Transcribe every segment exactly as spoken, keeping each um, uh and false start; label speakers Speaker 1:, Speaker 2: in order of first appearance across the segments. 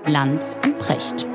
Speaker 1: Lanz und Precht.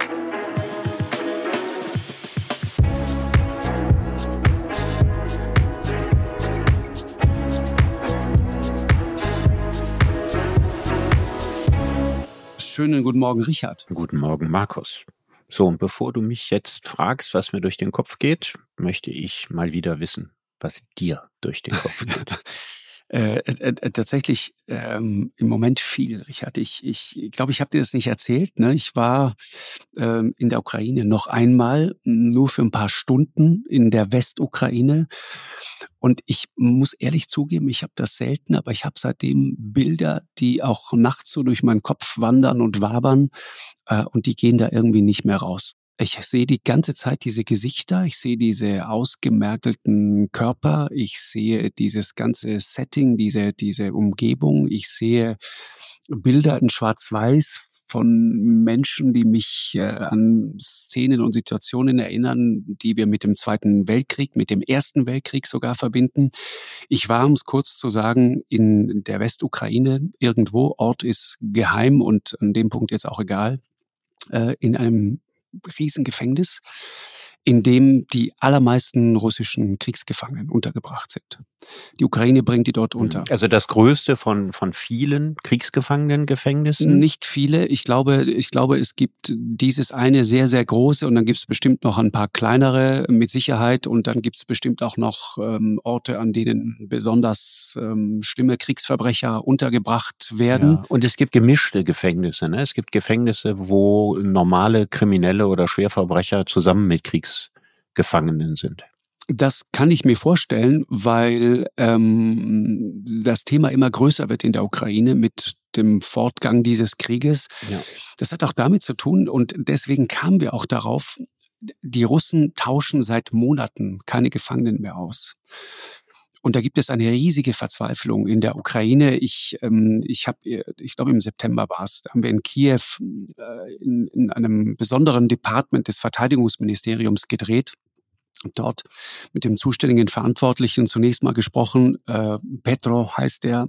Speaker 2: Schönen guten Morgen, Richard.
Speaker 3: Guten Morgen, Markus. So, und bevor du mich jetzt fragst, was mir durch den Kopf geht, möchte ich mal wieder wissen, was dir durch den Kopf geht.
Speaker 2: Äh, äh, äh, tatsächlich ähm, im Moment viel, Richard. Ich ich, ich glaube, ich habe dir das nicht erzählt. Ne? Ich war ähm, in der Ukraine noch einmal, nur für ein paar Stunden in der Westukraine. Und ich muss ehrlich zugeben, ich habe das selten, aber ich habe seitdem Bilder, die auch nachts so durch meinen Kopf wandern und wabern. Äh, und die gehen da irgendwie nicht mehr raus. Ich sehe die ganze Zeit diese Gesichter, ich sehe diese ausgemergelten Körper, ich sehe dieses ganze Setting, diese, diese Umgebung, ich sehe Bilder in Schwarz-Weiß von Menschen, die mich äh, an Szenen und Situationen erinnern, die wir mit dem Zweiten Weltkrieg, mit dem Ersten Weltkrieg sogar verbinden. Ich war, um es kurz zu sagen, in der Westukraine irgendwo, Ort ist geheim und an dem Punkt jetzt auch egal, äh, in einem Riesengefängnis, in dem die allermeisten russischen Kriegsgefangenen untergebracht sind. Die Ukraine bringt die dort unter.
Speaker 3: Also das größte von, von vielen Kriegsgefangenengefängnissen?
Speaker 2: Nicht viele. Ich glaube, ich glaube, es gibt dieses eine sehr, sehr große und dann gibt es bestimmt noch ein paar kleinere mit Sicherheit und dann gibt es bestimmt auch noch ähm, Orte, an denen besonders ähm, schlimme Kriegsverbrecher untergebracht werden.
Speaker 3: Ja. Und es gibt gemischte Gefängnisse. Ne? Es gibt Gefängnisse, wo normale Kriminelle oder Schwerverbrecher zusammen mit Kriegsgefangenen sind.
Speaker 2: Das kann ich mir vorstellen, weil ähm, das Thema immer größer wird in der Ukraine mit dem Fortgang dieses Krieges.
Speaker 3: Ja.
Speaker 2: Das hat auch damit zu tun und deswegen kamen wir auch darauf, die Russen tauschen seit Monaten keine Gefangenen mehr aus. Und da gibt es eine riesige Verzweiflung in der Ukraine. Ich, ähm, ich habe, ich glaube im September war es, da haben wir in Kiew äh, in, in einem besonderen Department des Verteidigungsministeriums gedreht. Dort mit dem zuständigen Verantwortlichen zunächst mal gesprochen. Äh, Petro heißt er.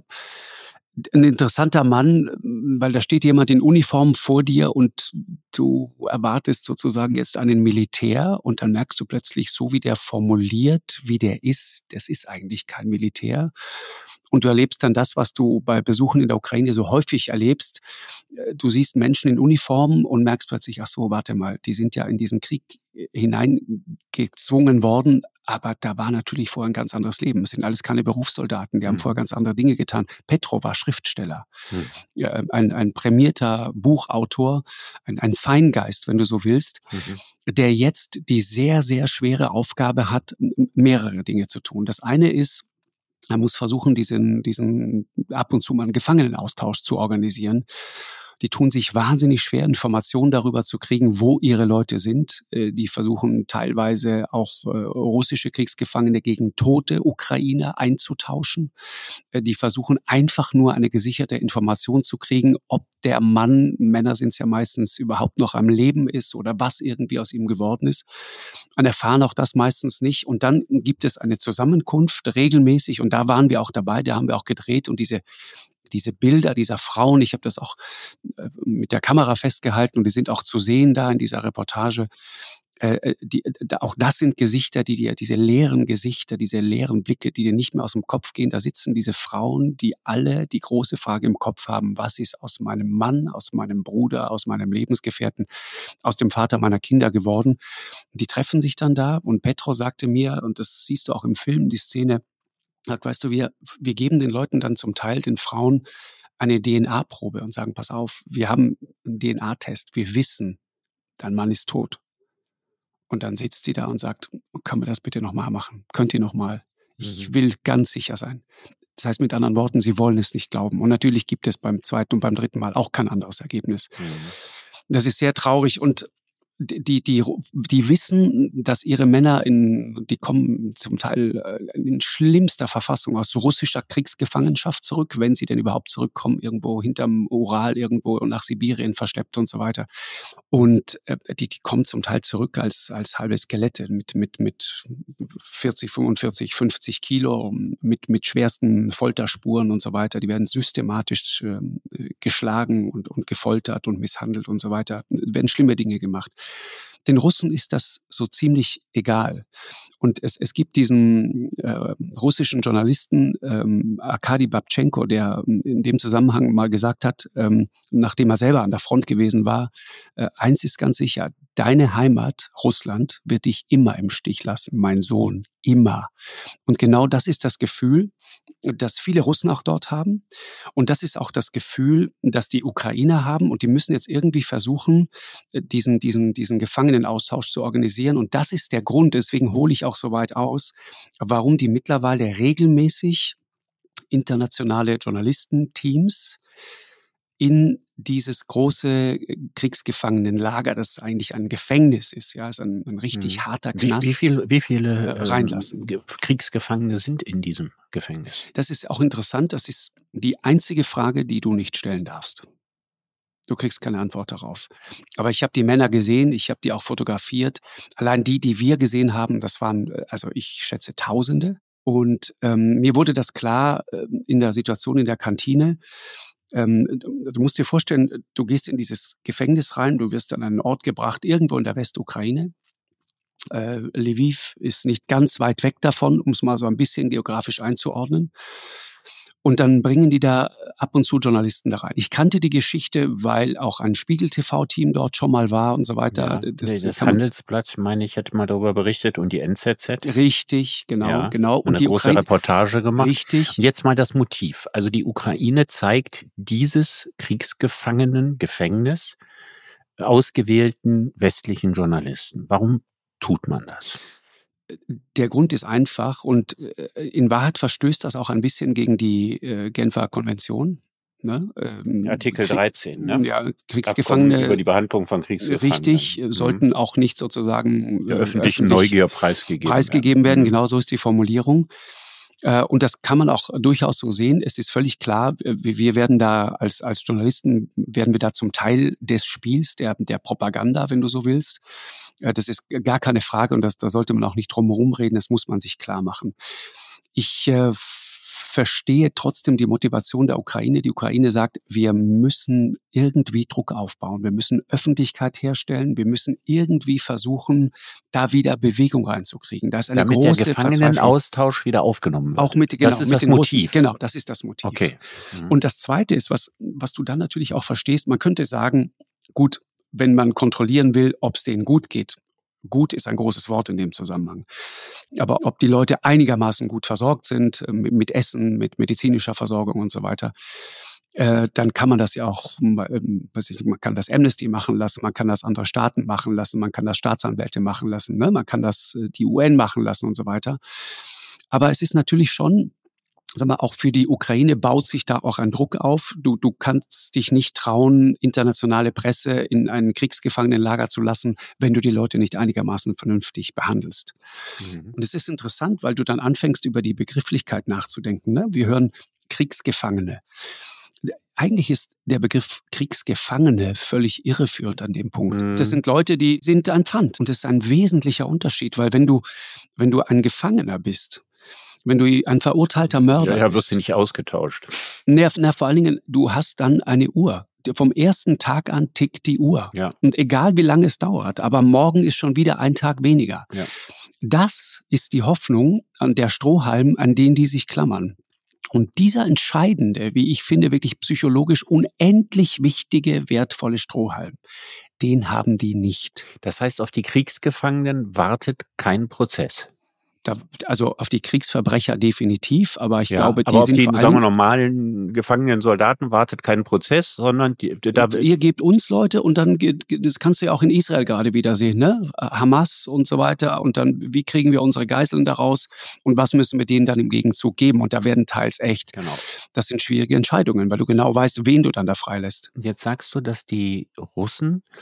Speaker 2: Ein interessanter Mann, weil da steht jemand in Uniform vor dir und du erwartest sozusagen jetzt einen Militär und dann merkst du plötzlich, so wie der formuliert, wie der ist, das ist eigentlich kein Militär. Und du erlebst dann das, was du bei Besuchen in der Ukraine so häufig erlebst. Du siehst Menschen in Uniform und merkst plötzlich, ach so, warte mal, die sind ja in diesen Krieg hineingezwungen worden, aber da war natürlich vorher ein ganz anderes Leben. Es sind alles keine Berufssoldaten, die haben mhm. vorher ganz andere Dinge getan. Petro war Schriftsteller, mhm. ja, ein, ein prämierter Buchautor, ein, ein Feingeist, wenn du so willst, mhm. der jetzt die sehr, sehr schwere Aufgabe hat, mehrere Dinge zu tun. Das eine ist, er muss versuchen, diesen, diesen ab und zu mal einen Gefangenenaustausch zu organisieren. Die tun sich wahnsinnig schwer, Informationen darüber zu kriegen, wo ihre Leute sind. Die versuchen teilweise auch russische Kriegsgefangene gegen tote Ukrainer einzutauschen. Die versuchen einfach nur eine gesicherte Information zu kriegen, ob der Mann, Männer sind es ja meistens, überhaupt noch am Leben ist oder was irgendwie aus ihm geworden ist. Und erfahren auch das meistens nicht. Und dann gibt es eine Zusammenkunft regelmäßig und da waren wir auch dabei, da haben wir auch gedreht und diese Diese Bilder dieser Frauen, ich habe das auch mit der Kamera festgehalten und die sind auch zu sehen da in dieser Reportage. Äh, die, da, auch das sind Gesichter, die dir, diese leeren Gesichter, diese leeren Blicke, die dir nicht mehr aus dem Kopf gehen. Da sitzen diese Frauen, die alle die große Frage im Kopf haben, was ist aus meinem Mann, aus meinem Bruder, aus meinem Lebensgefährten, aus dem Vater meiner Kinder geworden. Die treffen sich dann da und Petro sagte mir, und das siehst du auch im Film, die Szene, sagt, weißt du, wir, wir geben den Leuten dann zum Teil, den Frauen, eine D N A-Probe und sagen, pass auf, wir haben einen D N A-Test, wir wissen, dein Mann ist tot. Und dann sitzt die da und sagt, können wir das bitte nochmal machen? Könnt ihr nochmal? Ich will ganz sicher sein. Das heißt mit anderen Worten, sie wollen es nicht glauben. Und natürlich gibt es beim zweiten und beim dritten Mal auch kein anderes Ergebnis. Mhm. Das ist sehr traurig und die, die, die wissen, dass ihre Männer in, die kommen zum Teil in schlimmster Verfassung aus russischer Kriegsgefangenschaft zurück, wenn sie denn überhaupt zurückkommen, irgendwo hinterm Ural, irgendwo nach Sibirien verschleppt und so weiter. Und äh, die, die kommen zum Teil zurück als, als halbe Skelette mit, mit, mit vierzig, fünfundvierzig, fünfzig Kilo, mit, mit schwersten Folterspuren und so weiter. Die werden systematisch äh, geschlagen und, und gefoltert und misshandelt und so weiter. Werden schlimme Dinge gemacht. Den Russen ist das so ziemlich egal. Und es, es gibt diesen äh, russischen Journalisten ähm, Arkadi Babchenko, der in dem Zusammenhang mal gesagt hat, ähm, nachdem er selber an der Front gewesen war, äh, eins ist ganz sicher, deine Heimat, Russland, wird dich immer im Stich lassen, mein Sohn, immer. Und genau das ist das Gefühl, das viele Russen auch dort haben. Und das ist auch das Gefühl, das die Ukrainer haben. Und die müssen jetzt irgendwie versuchen, diesen, diesen, diesen Gefangenenaustausch zu organisieren. Und das ist der Grund, deswegen hole ich auch so weit aus, warum die mittlerweile regelmäßig internationale Journalistenteams in dieses große Kriegsgefangenenlager, das eigentlich ein Gefängnis ist, ja, ist ein, ein richtig hm. harter Knast.
Speaker 3: Wie, wie, viel, wie viele
Speaker 2: äh, reinlassen.
Speaker 3: Ähm, Kriegsgefangene sind in diesem Gefängnis?
Speaker 2: Das ist auch interessant. Das ist die einzige Frage, die du nicht stellen darfst. Du kriegst keine Antwort darauf. Aber ich habe die Männer gesehen, ich habe die auch fotografiert. Allein die, die wir gesehen haben, das waren, also ich schätze Tausende. Und ähm, mir wurde das klar äh, in der Situation in der Kantine. Ähm, du, du musst dir vorstellen, du gehst in dieses Gefängnis rein, du wirst an einen Ort gebracht, irgendwo in der Westukraine. Äh, Lviv ist nicht ganz weit weg davon, um es mal so ein bisschen geografisch einzuordnen. Und dann bringen die da ab und zu Journalisten da rein. Ich kannte die Geschichte, weil auch ein Spiegel-T V-Team dort schon mal war und so weiter.
Speaker 3: Ja, das das Handelsblatt, meine ich, hat mal darüber berichtet und die N Z Z.
Speaker 2: Richtig, genau, ja, genau.
Speaker 3: Und eine
Speaker 2: die
Speaker 3: große Ukraine, Reportage gemacht.
Speaker 2: Richtig.
Speaker 3: Und jetzt mal das Motiv. Also die Ukraine zeigt dieses Kriegsgefangenen-Gefängnis ausgewählten westlichen Journalisten. Warum tut man das?
Speaker 2: Der Grund ist einfach und in Wahrheit verstößt das auch ein bisschen gegen die äh, Genfer Konvention. Ne? Ähm,
Speaker 3: Artikel dreizehn, ne?
Speaker 2: Ja, Kriegsgefangene.
Speaker 3: Abkommen über die Behandlung von Kriegsgefangenen.
Speaker 2: Richtig, mhm. sollten auch nicht sozusagen
Speaker 3: der öffentlichen öffentlich Neugier preisgegeben,
Speaker 2: preisgegeben werden.
Speaker 3: werden.
Speaker 2: Genau so ist die Formulierung. Und das kann man auch durchaus so sehen. Es ist völlig klar, wir werden da als, als Journalisten, werden wir da zum Teil des Spiels, der, der Propaganda, wenn du so willst. Das ist gar keine Frage und das, da sollte man auch nicht drum herum reden, das muss man sich klar machen. Ich äh, verstehe trotzdem die Motivation der Ukraine. Die Ukraine sagt, wir müssen irgendwie Druck aufbauen, wir müssen Öffentlichkeit herstellen, wir müssen irgendwie versuchen, da wieder Bewegung reinzukriegen. Da ist eine
Speaker 3: Damit
Speaker 2: große
Speaker 3: der Gefangenenaustausch wieder aufgenommen wird.
Speaker 2: Auch mit, genau,
Speaker 3: das ist
Speaker 2: mit
Speaker 3: das
Speaker 2: den
Speaker 3: Motiv.
Speaker 2: Russen. Genau, das ist das Motiv.
Speaker 3: Okay.
Speaker 2: Mhm. Und das Zweite ist, was, was du dann natürlich auch verstehst, man könnte sagen, gut, wenn man kontrollieren will, ob es denen gut geht. Gut ist ein großes Wort in dem Zusammenhang. Aber ob die Leute einigermaßen gut versorgt sind, mit, mit Essen, mit medizinischer Versorgung und so weiter, äh, dann kann man das ja auch, äh, weiß ich, man kann das Amnesty machen lassen, man kann das andere Staaten machen lassen, man kann das Staatsanwälte machen lassen, ne? Man kann das äh, die U N machen lassen und so weiter. Aber es ist natürlich schon, sag mal, auch für die Ukraine baut sich da auch ein Druck auf. Du, du kannst dich nicht trauen, internationale Presse in ein Kriegsgefangenenlager zu lassen, wenn du die Leute nicht einigermaßen vernünftig behandelst. Mhm. Und es ist interessant, weil du dann anfängst, über die Begrifflichkeit nachzudenken. Ne? Wir hören Kriegsgefangene. Eigentlich ist der Begriff Kriegsgefangene völlig irreführend an dem Punkt. Mhm. Das sind Leute, die sind ein Pfand. Und das ist ein wesentlicher Unterschied, weil wenn du, wenn du ein Gefangener bist, wenn du ein verurteilter Mörder
Speaker 3: ja, ja,
Speaker 2: bist.
Speaker 3: wirst du nicht ausgetauscht.
Speaker 2: Na, na, vor allen Dingen, du hast dann eine Uhr. Vom ersten Tag an tickt die Uhr.
Speaker 3: Ja.
Speaker 2: Und egal wie lange es dauert, aber morgen ist schon wieder ein Tag weniger.
Speaker 3: Ja.
Speaker 2: Das ist die Hoffnung an der Strohhalm, an den die sich klammern. Und dieser entscheidende, wie ich finde, wirklich psychologisch unendlich wichtige, wertvolle Strohhalm, den haben die nicht.
Speaker 3: Das heißt, auf die Kriegsgefangenen wartet kein Prozess.
Speaker 2: Da, also auf die Kriegsverbrecher definitiv, aber ich
Speaker 3: ja,
Speaker 2: glaube, die
Speaker 3: aber auf
Speaker 2: sind
Speaker 3: die,
Speaker 2: vor allem,
Speaker 3: sagen wir, normalen gefangenen Soldaten wartet kein Prozess, sondern die, da
Speaker 2: ihr gebt uns Leute und dann, das kannst du ja auch in Israel gerade wieder sehen, ne? Hamas und so weiter und dann, wie kriegen wir unsere Geiseln daraus und was müssen wir denen dann im Gegenzug geben und da werden teils echt.
Speaker 3: Genau.
Speaker 2: Das sind schwierige Entscheidungen, weil du genau weißt, wen du dann da freilässt.
Speaker 3: Jetzt sagst du, dass die Russen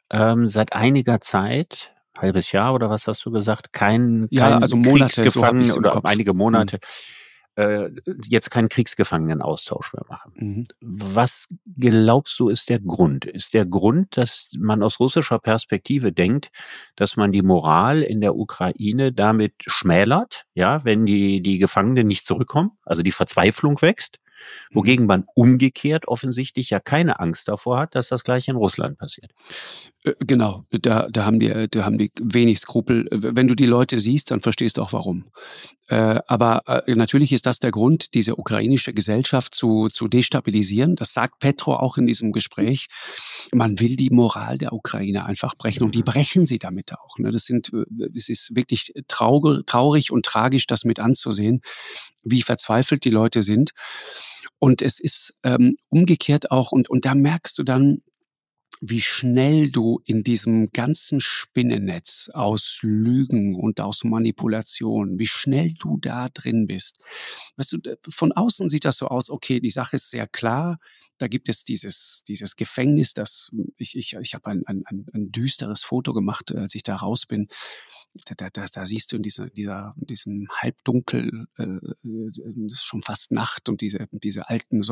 Speaker 3: ähm, seit einiger Zeit, halbes Jahr oder was hast du gesagt, kein,
Speaker 2: Ja,
Speaker 3: kein
Speaker 2: also Monate, so hab
Speaker 3: Kriegsgefangenen
Speaker 2: ich's im
Speaker 3: oder
Speaker 2: Kopf.
Speaker 3: einige
Speaker 2: Mhm.
Speaker 3: Monate, äh, jetzt keinen Kriegsgefangenenaustausch mehr machen.
Speaker 2: Mhm.
Speaker 3: Was glaubst du, ist der Grund? Ist der Grund, dass man aus russischer Perspektive denkt, dass man die Moral in der Ukraine damit schmälert, ja, wenn die, die Gefangenen nicht zurückkommen, also die Verzweiflung wächst, wogegen man umgekehrt offensichtlich ja keine Angst davor hat, dass das gleich in Russland passiert?
Speaker 2: Äh, Genau, da, da haben die, da haben die wenig Skrupel. Wenn du die Leute siehst, dann verstehst du auch warum. Äh, aber äh, natürlich ist das der Grund, diese ukrainische Gesellschaft zu, zu destabilisieren. Das sagt Petro auch in diesem Gespräch. Man will die Moral der Ukraine einfach brechen und die brechen sie damit auch. Ne? Das sind, äh, es ist wirklich traurig, traurig und tragisch, das mit anzusehen, wie verzweifelt die Leute sind. Und es ist ähm, umgekehrt auch, und, und da merkst du dann, wie schnell du in diesem ganzen Spinnennetz aus Lügen und aus Manipulation, wie schnell du da drin bist. Weißt du, von außen sieht das so aus, okay, die Sache ist sehr klar, da gibt es dieses, dieses Gefängnis, das, ich, ich, ich habe ein, ein, ein, ein düsteres Foto gemacht, als ich da raus bin. Da, da, da, da siehst du in dieser, dieser, diesem Halbdunkel, äh, es ist schon fast Nacht, und diese, diese alten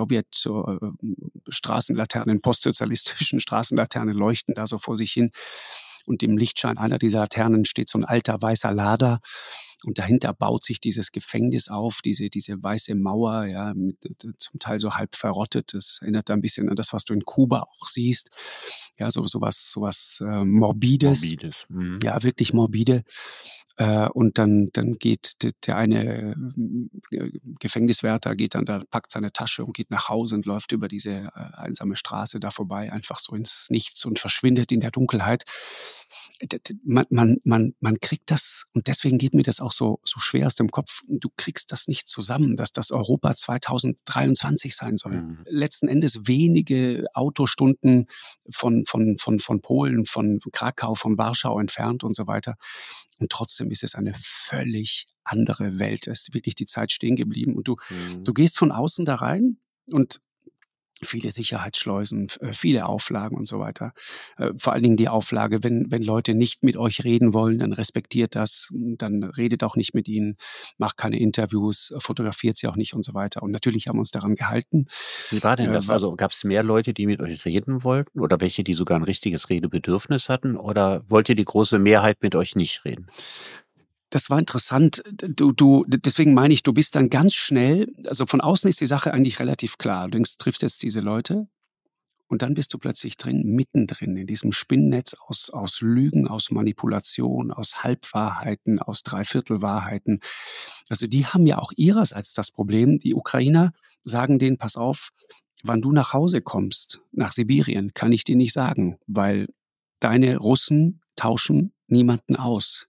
Speaker 2: Sowjet-Straßenlaternen, postsozialistischen Straßenlaternen leuchten da so vor sich hin. Und im Lichtschein einer dieser Laternen steht so ein alter weißer Lada. Und dahinter baut sich dieses Gefängnis auf, diese, diese weiße Mauer, ja, mit, zum Teil so halb verrottet. Das erinnert ein bisschen an das, was du in Kuba auch siehst. Ja, so, sowas, sowas, äh, Morbides.
Speaker 3: Morbides. Mhm.
Speaker 2: Ja, wirklich morbide. Äh, und dann, dann geht der, der eine äh, Gefängniswärter geht dann da, packt seine Tasche und geht nach Hause und läuft über diese äh, einsame Straße da vorbei, einfach so ins Nichts und verschwindet in der Dunkelheit. Man, man, man, man kriegt das, und deswegen geht mir das auch so, so schwer aus dem Kopf. Du kriegst das nicht zusammen, dass das Europa zweitausenddreiundzwanzig sein soll.
Speaker 3: Mhm.
Speaker 2: Letzten Endes wenige Autostunden von, von, von, von Polen, von Krakau, von Warschau entfernt und so weiter. Und trotzdem ist es eine völlig andere Welt. Es ist wirklich die Zeit stehen geblieben. Und du,
Speaker 3: Mhm.
Speaker 2: du gehst von außen da rein und viele Sicherheitsschleusen, viele Auflagen und so weiter. Vor allen Dingen die Auflage, wenn, wenn Leute nicht mit euch reden wollen, dann respektiert das, dann redet auch nicht mit ihnen, macht keine Interviews, fotografiert sie auch nicht und so weiter. Und natürlich haben wir uns daran gehalten.
Speaker 3: Wie war denn das? Also gab es mehr Leute, die mit euch reden wollten, oder welche, die sogar ein richtiges Redebedürfnis hatten, oder wollte die große Mehrheit mit euch nicht reden?
Speaker 2: Das war interessant. Du, du, deswegen meine ich, du bist dann ganz schnell, also von außen ist die Sache eigentlich relativ klar. Du denkst, du triffst jetzt diese Leute und dann bist du plötzlich drin, mittendrin in diesem Spinnennetz aus, aus Lügen, aus Manipulation, aus Halbwahrheiten, aus Dreiviertelwahrheiten. Also die haben ja auch ihrerseits das Problem. Die Ukrainer sagen denen, pass auf, wann du nach Hause kommst, nach Sibirien, kann ich dir nicht sagen, weil deine Russen tauschen niemanden aus.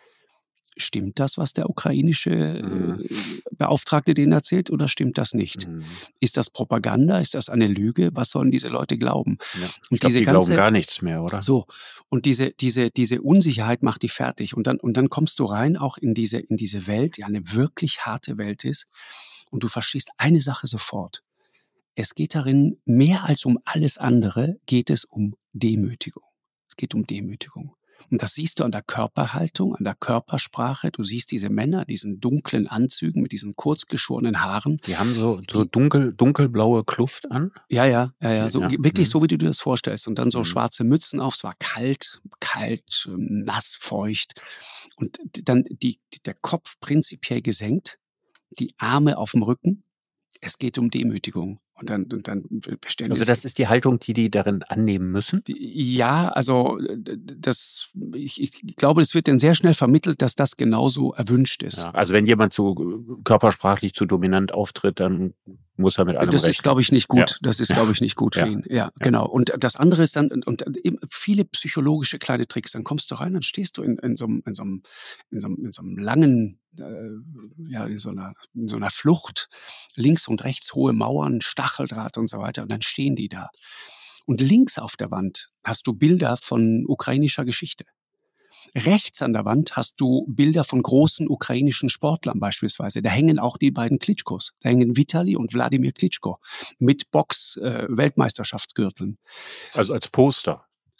Speaker 2: Stimmt das, was der ukrainische
Speaker 3: Mhm.
Speaker 2: äh, Beauftragte denen erzählt, oder stimmt das nicht?
Speaker 3: Mhm.
Speaker 2: Ist das Propaganda? Ist das eine Lüge? Was sollen diese Leute glauben?
Speaker 3: Ja. Ich
Speaker 2: Und
Speaker 3: glaube,
Speaker 2: diese
Speaker 3: die
Speaker 2: ganze,
Speaker 3: glauben gar nichts mehr, oder?
Speaker 2: so, und diese, diese, diese Unsicherheit macht die fertig. Und dann, und dann kommst du rein auch in diese, in diese Welt, die eine wirklich harte Welt ist. Und du verstehst eine Sache sofort. Es geht darin, mehr als um alles andere, geht es um Demütigung. Es geht um Demütigung. Und das siehst du an der Körperhaltung, an der Körpersprache. Du siehst diese Männer, diesen dunklen Anzügen mit diesen kurzgeschorenen Haaren.
Speaker 3: Die haben so, so
Speaker 2: Die-
Speaker 3: dunkel, dunkelblaue Kluft an.
Speaker 2: Ja, ja, ja, ja, so,
Speaker 3: Ja.
Speaker 2: wirklich
Speaker 3: Mhm.
Speaker 2: so, wie du dir das vorstellst. Und dann so
Speaker 3: Mhm.
Speaker 2: schwarze Mützen auf. Es war kalt, kalt, ähm, nass, feucht. Und dann die, der Kopf prinzipiell gesenkt, die Arme auf dem Rücken. Es geht um Demütigung. Und dann, und dann bestellen
Speaker 3: Also das ist die Haltung, die die darin annehmen müssen?
Speaker 2: Ja, also das, ich, ich glaube, es wird denen sehr schnell vermittelt, dass das genauso erwünscht ist.
Speaker 3: Ja, also wenn jemand zu körpersprachlich zu dominant auftritt, dann muss er mit allem
Speaker 2: Das
Speaker 3: rechnen.
Speaker 2: ist, glaube ich, nicht gut.
Speaker 3: Ja.
Speaker 2: Das ist, glaube ich, nicht gut für
Speaker 3: Ja.
Speaker 2: ihn. Ja, genau. Und das andere ist dann, und, und eben viele psychologische kleine Tricks. Dann kommst du rein, dann stehst du in, in, so, einem, in, so, einem, in, so, einem, in so einem langen, äh, ja, in so, einer, in so einer Flucht. Links und rechts hohe Mauern, Stacheldraht und so weiter. Und dann stehen die da. Und links auf der Wand hast du Bilder von ukrainischer Geschichte. Rechts an der Wand hast du Bilder von großen ukrainischen Sportlern beispielsweise. Da hängen auch die beiden Klitschkos. Da hängen Vitali und Wladimir Klitschko mit Box-Weltmeisterschaftsgürteln.
Speaker 3: Also als Poster.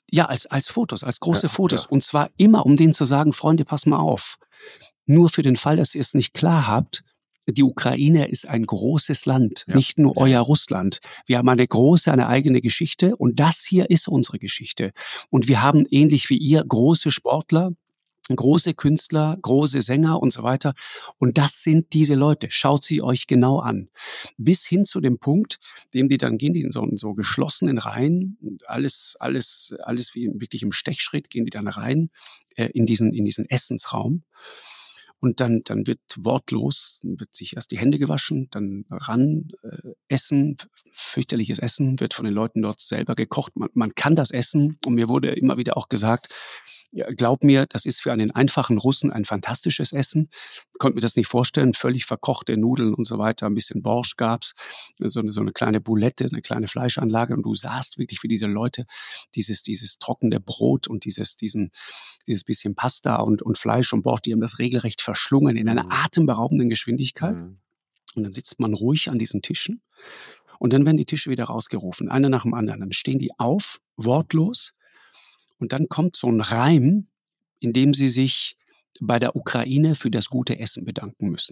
Speaker 2: Ja, als, als Fotos, als große
Speaker 3: Ja,
Speaker 2: Fotos.
Speaker 3: ja.
Speaker 2: Und zwar immer, um denen zu sagen, Freunde, pass mal auf. Nur für den Fall, dass ihr es nicht klar habt, die Ukraine ist ein großes Land,
Speaker 3: Ja.
Speaker 2: nicht nur
Speaker 3: Ja,
Speaker 2: euer
Speaker 3: ja.
Speaker 2: Russland. Wir haben eine große, eine eigene Geschichte und das hier ist unsere Geschichte. Und wir haben ähnlich wie ihr große Sportler, große Künstler, große Sänger und so weiter. Und das sind diese Leute. Schaut sie euch genau an. Bis hin zu dem Punkt, dem die dann gehen, die in so, in so geschlossenen Reihen, alles, alles, alles wie wirklich im Stechschritt, gehen die dann rein äh, in diesen, in diesen Essensraum. Und dann, dann wird wortlos, wird sich erst die Hände gewaschen, dann ran, äh, Essen, fürchterliches Essen, wird von den Leuten dort selber gekocht. Man, man kann das essen. Und mir wurde immer wieder auch gesagt, ja, glaub mir, das ist für einen einfachen Russen ein fantastisches Essen. Ich konnte mir das nicht vorstellen, völlig verkochte Nudeln und so weiter, ein bisschen Borscht gab's, so eine, so eine kleine Boulette, eine kleine Fleischanlage und du sahst wirklich für diese Leute dieses, dieses trockene Brot und dieses, diesen, dieses bisschen Pasta und, und Fleisch und Borscht, die haben das regelrecht verschlungen in einer
Speaker 3: Mhm.
Speaker 2: atemberaubenden Geschwindigkeit.
Speaker 3: Mhm.
Speaker 2: Und dann sitzt man ruhig an diesen Tischen und dann werden die Tische wieder rausgerufen, einer nach dem anderen. Dann stehen die auf, wortlos, und dann kommt so ein Reim, in dem sie sich bei der Ukraine für das gute Essen bedanken müssen.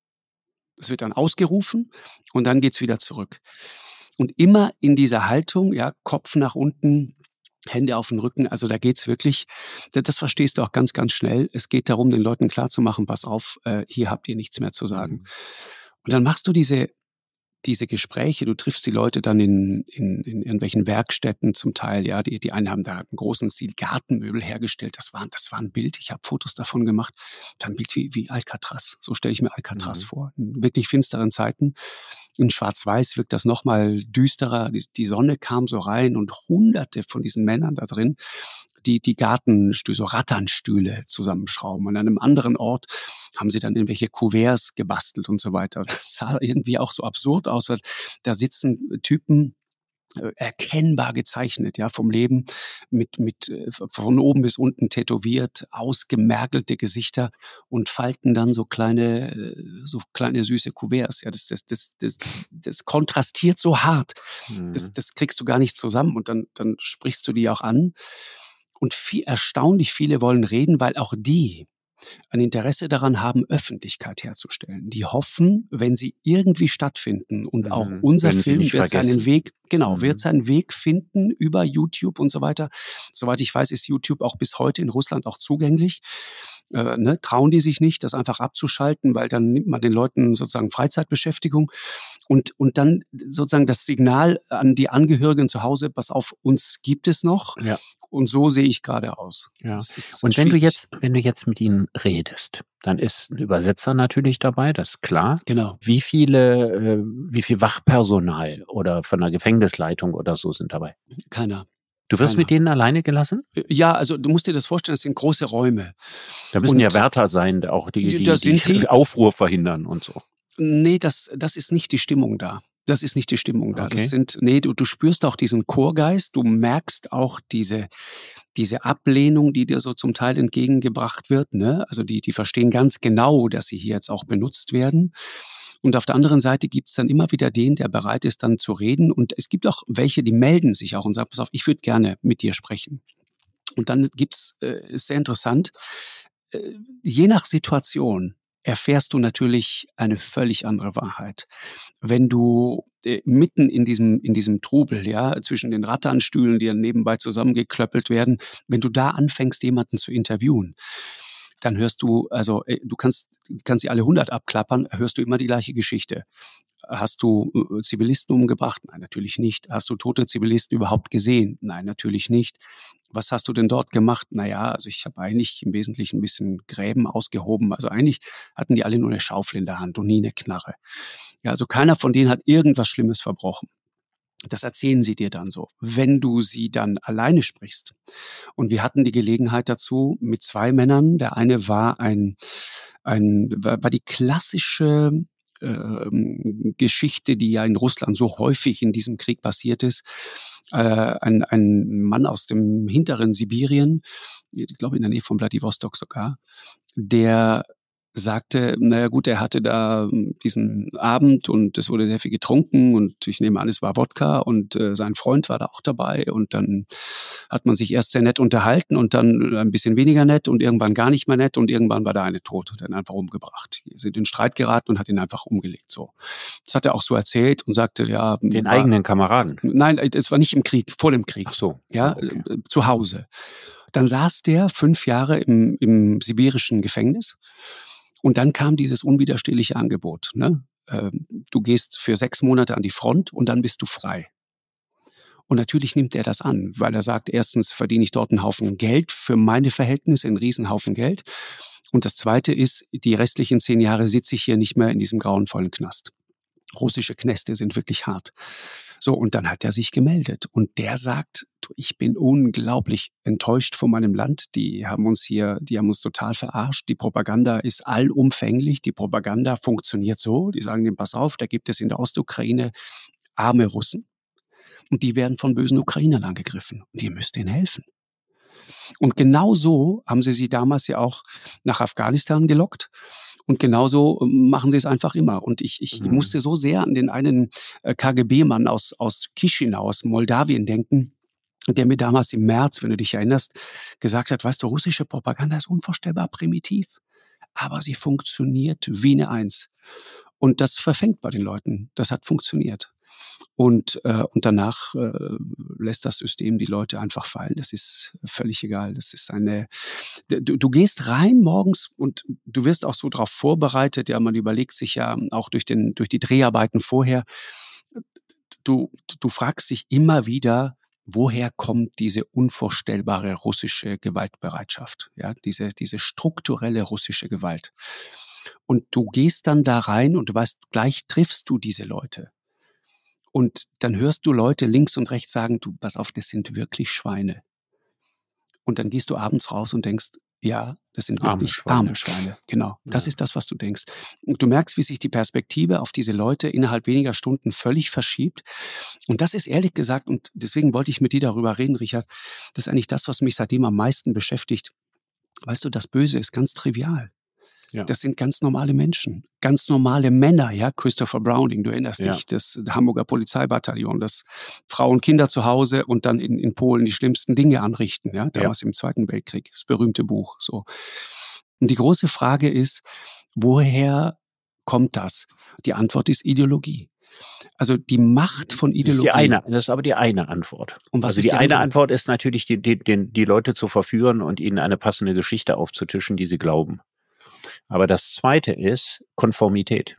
Speaker 2: Das wird dann ausgerufen und dann geht's wieder zurück. Und immer in dieser Haltung, ja, Kopf nach unten, Hände auf den Rücken, also da geht's wirklich, das, das verstehst du auch ganz, ganz schnell. Es geht darum, den Leuten klarzumachen, pass auf, äh, hier habt ihr nichts mehr zu sagen.
Speaker 3: Mhm.
Speaker 2: Und dann machst du diese diese Gespräche, du triffst die Leute dann in, in, in irgendwelchen Werkstätten zum Teil, ja, die, die einen haben da einen großen Stil Gartenmöbel hergestellt, das war, das war ein Bild, ich habe Fotos davon gemacht, dann ein Bild wie, wie Alcatraz, so stelle ich mir Alcatraz
Speaker 3: Mhm.
Speaker 2: vor, in wirklich finsteren Zeiten, in Schwarz-Weiß wirkt das nochmal düsterer, die, die Sonne kam so rein und hunderte von diesen Männern da drin, die die Gartenstühle, so Ratternstühle zusammenschrauben. Und an einem anderen Ort haben sie dann irgendwelche Kuverts gebastelt und so weiter. Das sah irgendwie auch so absurd aus, weil da sitzen Typen, äh, erkennbar gezeichnet, ja, vom Leben, mit, mit, äh, von oben bis unten tätowiert, ausgemergelte Gesichter und falten dann so kleine, äh, so kleine süße Kuverts. Ja, das, das, das, das, das kontrastiert so hart. Das,
Speaker 3: Mhm.
Speaker 2: das kriegst du gar nicht zusammen und dann, dann sprichst du die auch an. Und viel, erstaunlich viele wollen reden, weil auch die ein Interesse daran haben, Öffentlichkeit herzustellen. Die hoffen, wenn sie irgendwie stattfinden und auch
Speaker 3: Mhm.
Speaker 2: unser
Speaker 3: Werden sie
Speaker 2: Film
Speaker 3: nicht
Speaker 2: wird seinen
Speaker 3: vergessen.
Speaker 2: Weg, genau, wird
Speaker 3: Mhm.
Speaker 2: seinen Weg finden über YouTube und so weiter. Soweit ich weiß, ist YouTube auch bis heute in Russland auch zugänglich. Äh, ne, trauen die sich nicht, das einfach abzuschalten, weil dann nimmt man den Leuten sozusagen Freizeitbeschäftigung und, und dann sozusagen das Signal an die Angehörigen zu Hause, pass auf, uns gibt es noch
Speaker 3: Ja,
Speaker 2: und so sehe ich gerade aus.
Speaker 3: ja.
Speaker 2: Das ist
Speaker 3: Und wenn du
Speaker 2: schwierig.
Speaker 3: jetzt, wenn du jetzt mit ihnen redest, dann ist ein Übersetzer natürlich dabei, das ist klar.
Speaker 2: Genau.
Speaker 3: Wie viele, äh, wie viel Wachpersonal oder von der Gefängnisleitung oder so sind dabei?
Speaker 2: Keiner.
Speaker 3: Du wirst
Speaker 2: Keiner.
Speaker 3: mit denen alleine gelassen?
Speaker 2: Ja, also du musst dir das vorstellen, das sind große Räume.
Speaker 3: Da müssen
Speaker 2: Und
Speaker 3: ja Wärter sein, auch die,
Speaker 2: da
Speaker 3: die,
Speaker 2: sind
Speaker 3: die
Speaker 2: die,
Speaker 3: Aufruhr verhindern und so.
Speaker 2: nee, das, das ist nicht die Stimmung da. Das ist nicht die Stimmung da. Das
Speaker 3: Okay.
Speaker 2: sind, nee, du, du spürst auch diesen Chorgeist, du merkst auch diese, diese Ablehnung, die dir so zum Teil entgegengebracht wird, ne? Also die, die verstehen ganz genau, dass sie hier jetzt auch benutzt werden. Und auf der anderen Seite gibt's dann immer wieder den, der bereit ist, dann zu reden. Und es gibt auch welche, die melden sich auch und sagen, pass auf, ich würde gerne mit dir sprechen. Und dann gibt's, äh, ist sehr interessant, äh, je nach Situation erfährst du natürlich eine völlig andere Wahrheit. Wenn du äh, mitten in diesem, in diesem Trubel, ja, zwischen den Ratternstühlen, die dann nebenbei zusammengeklöppelt werden, wenn du da anfängst, jemanden zu interviewen, dann hörst du, also äh, du kannst, kannst sie alle hundert abklappern, hörst du immer die gleiche Geschichte. Hast du äh, Zivilisten umgebracht? Nein, natürlich nicht. Hast du tote Zivilisten überhaupt gesehen? Nein, natürlich nicht. Was hast du denn dort gemacht? Naja, also ich habe eigentlich im Wesentlichen ein bisschen Gräben ausgehoben. Also eigentlich hatten die alle nur eine Schaufel in der Hand und nie eine Knarre. Ja, also keiner von denen hat irgendwas Schlimmes verbrochen. Das erzählen sie dir dann so. Wenn du sie dann alleine sprichst, und wir hatten die Gelegenheit dazu mit zwei Männern, der eine war ein, ein war war die klassische ähm, Geschichte, die ja in Russland so häufig in diesem Krieg passiert ist. Äh, ein, ein Mann aus dem hinteren Sibirien, ich glaube in der Nähe von Wladiwostok sogar, der sagte, naja gut, er hatte da diesen Abend und es wurde sehr viel getrunken und ich nehme an, es war Wodka und äh, sein Freund war da auch dabei und dann hat man sich erst sehr nett unterhalten und dann ein bisschen weniger nett und irgendwann gar nicht mehr nett und irgendwann war der eine tot und dann einfach umgebracht. Die sind in Streit geraten und hat ihn einfach umgelegt. So, das hat er auch so erzählt und sagte, ja,
Speaker 3: Den
Speaker 2: war,
Speaker 3: eigenen Kameraden?
Speaker 2: Nein, es war nicht im Krieg, vor dem Krieg.
Speaker 3: Ach so.
Speaker 2: Ja,
Speaker 3: Okay.
Speaker 2: äh, zu Hause. Dann saß der fünf Jahre im, im sibirischen Gefängnis. Und dann kam dieses unwiderstehliche Angebot. Ne? Ähm, du gehst für sechs Monate an die Front und dann bist du frei. Und natürlich nimmt er das an, weil er sagt, erstens verdiene ich dort einen Haufen Geld, für meine Verhältnisse einen Riesenhaufen Geld. Und das Zweite ist, die restlichen zehn Jahre sitze ich hier nicht mehr in diesem grauenvollen Knast. Russische Knäste sind wirklich hart. So, und dann hat er sich gemeldet. Und der sagt, du, ich bin unglaublich enttäuscht von meinem Land. Die haben uns hier, die haben uns total verarscht. Die Propaganda ist allumfänglich. Die Propaganda funktioniert so. Die sagen dem, pass auf, da gibt es in der Ostukraine arme Russen. Und die werden von bösen Ukrainern angegriffen. Und ihr müsst ihnen helfen. Und genau so haben sie sie damals ja auch nach Afghanistan gelockt. Und genauso machen sie es einfach immer. Und ich, ich mhm. musste so sehr an den einen K G B-Mann aus, aus Chisinau, aus Moldawien denken, der mir damals im März, wenn du dich erinnerst, gesagt hat, weißt du, russische Propaganda ist unvorstellbar primitiv, aber sie funktioniert wie eine Eins. Und das verfängt bei den Leuten. Das hat funktioniert. Und, äh, und danach äh, lässt das System die Leute einfach fallen. Das ist völlig egal. Das ist eine. Du, du gehst rein morgens und du wirst auch so darauf vorbereitet. Ja, man überlegt sich ja auch durch den durch die Dreharbeiten vorher. Du du fragst dich immer wieder, woher kommt diese unvorstellbare russische Gewaltbereitschaft? Ja, diese diese strukturelle russische Gewalt. Und du gehst dann da rein und du weißt, gleich triffst du diese Leute. Und dann hörst du Leute links und rechts sagen, du, pass auf, das sind wirklich Schweine. Und dann gehst du abends raus und denkst, ja, das sind wirklich arme Schweine. Arme Schweine. Genau, das ja. ist das, was du denkst. Und du merkst, wie sich die Perspektive auf diese Leute innerhalb weniger Stunden völlig verschiebt. Und das ist ehrlich gesagt, und deswegen wollte ich mit dir darüber reden, Richard, das ist eigentlich das, was mich seitdem am meisten beschäftigt. Weißt du, das Böse ist ganz trivial. Ja. Das sind ganz normale Menschen, ganz normale Männer, ja, Christopher Browning, du erinnerst ja. dich, das Hamburger Polizeibataillon, das Frauen, Kinder zu Hause und dann in, in Polen die schlimmsten Dinge anrichten, ja, damals ja. im Zweiten Weltkrieg, das berühmte Buch, so. Und die große Frage ist, woher kommt das? Die Antwort ist Ideologie. Also die Macht von Ideologie.
Speaker 3: Das ist, die eine, das ist aber die eine Antwort. Und was also die, die eine Antwort ist natürlich, die, die, die, die Leute zu verführen und ihnen eine passende Geschichte aufzutischen, die sie glauben. Aber das Zweite ist Konformität.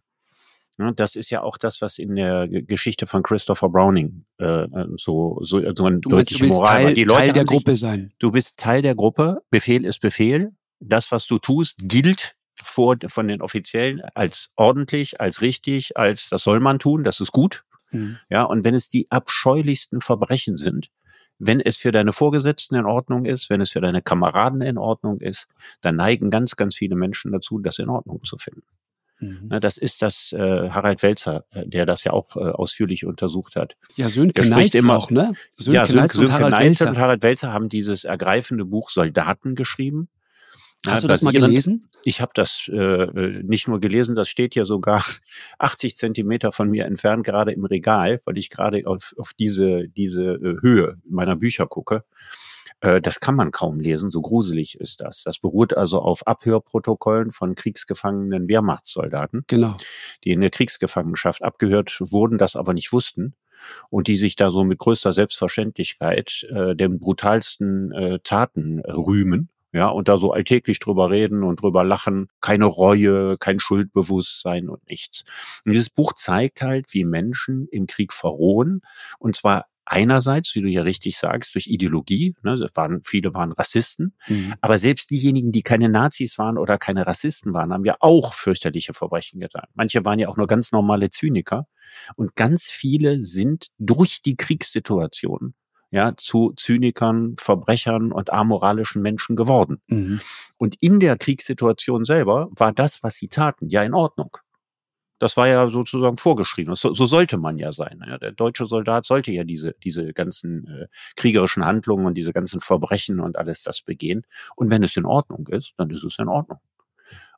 Speaker 3: Das ist ja auch das, was in der Geschichte von Christopher Browning äh, so, so, so eine deutliche Moral
Speaker 2: Teil,
Speaker 3: war. Die Leute
Speaker 2: Teil der
Speaker 3: sich,
Speaker 2: Gruppe sein.
Speaker 3: Du bist Teil der Gruppe, Befehl ist Befehl. Das, was du tust, gilt vor, von den Offiziellen als ordentlich, als richtig, als das soll man tun, das ist gut. Mhm. Ja, und wenn es die abscheulichsten Verbrechen sind, wenn es für deine Vorgesetzten in Ordnung ist, wenn es für deine Kameraden in Ordnung ist, dann neigen ganz, ganz viele Menschen dazu, das in Ordnung zu finden. Mhm. Das ist das äh, Harald Welzer, der das ja auch äh, ausführlich untersucht hat.
Speaker 2: Ja, Sönke Neitzel auch, ne?
Speaker 3: Sönke ja, Sönke, Sönke und Harald Neitzel und Harald Welzer haben dieses ergreifende Buch Soldaten geschrieben.
Speaker 2: Hast ja, du das mal gelesen?
Speaker 3: Ich habe das äh, nicht nur gelesen, das steht ja sogar achtzig Zentimeter von mir entfernt, gerade im Regal, weil ich gerade auf, auf diese, diese äh, Höhe meiner Bücher gucke. Äh, das kann man kaum lesen, so gruselig ist das. Das beruht also auf Abhörprotokollen von kriegsgefangenen Wehrmachtssoldaten,
Speaker 2: genau.
Speaker 3: die in der Kriegsgefangenschaft abgehört wurden, das aber nicht wussten. Und die sich da so mit größter Selbstverständlichkeit äh, den brutalsten äh, Taten rühmen. Ja, und da so alltäglich drüber reden und drüber lachen, keine Reue, kein Schuldbewusstsein und nichts. Und dieses Buch zeigt halt, wie Menschen im Krieg verrohen, und zwar einerseits, wie du ja richtig sagst, durch Ideologie, ne, waren, viele waren Rassisten, mhm. aber selbst diejenigen, die keine Nazis waren oder keine Rassisten waren, haben ja auch fürchterliche Verbrechen getan. Manche waren ja auch nur ganz normale Zyniker und ganz viele sind durch die Kriegssituation ja, zu Zynikern, Verbrechern und amoralischen Menschen geworden. Mhm. Und in der Kriegssituation selber war das, was sie taten, ja in Ordnung. Das war ja sozusagen vorgeschrieben. So, so sollte man ja sein. Ja, der deutsche Soldat sollte ja diese, diese ganzen äh, kriegerischen Handlungen und diese ganzen Verbrechen und alles das begehen. Und wenn es in Ordnung ist, dann ist es in Ordnung.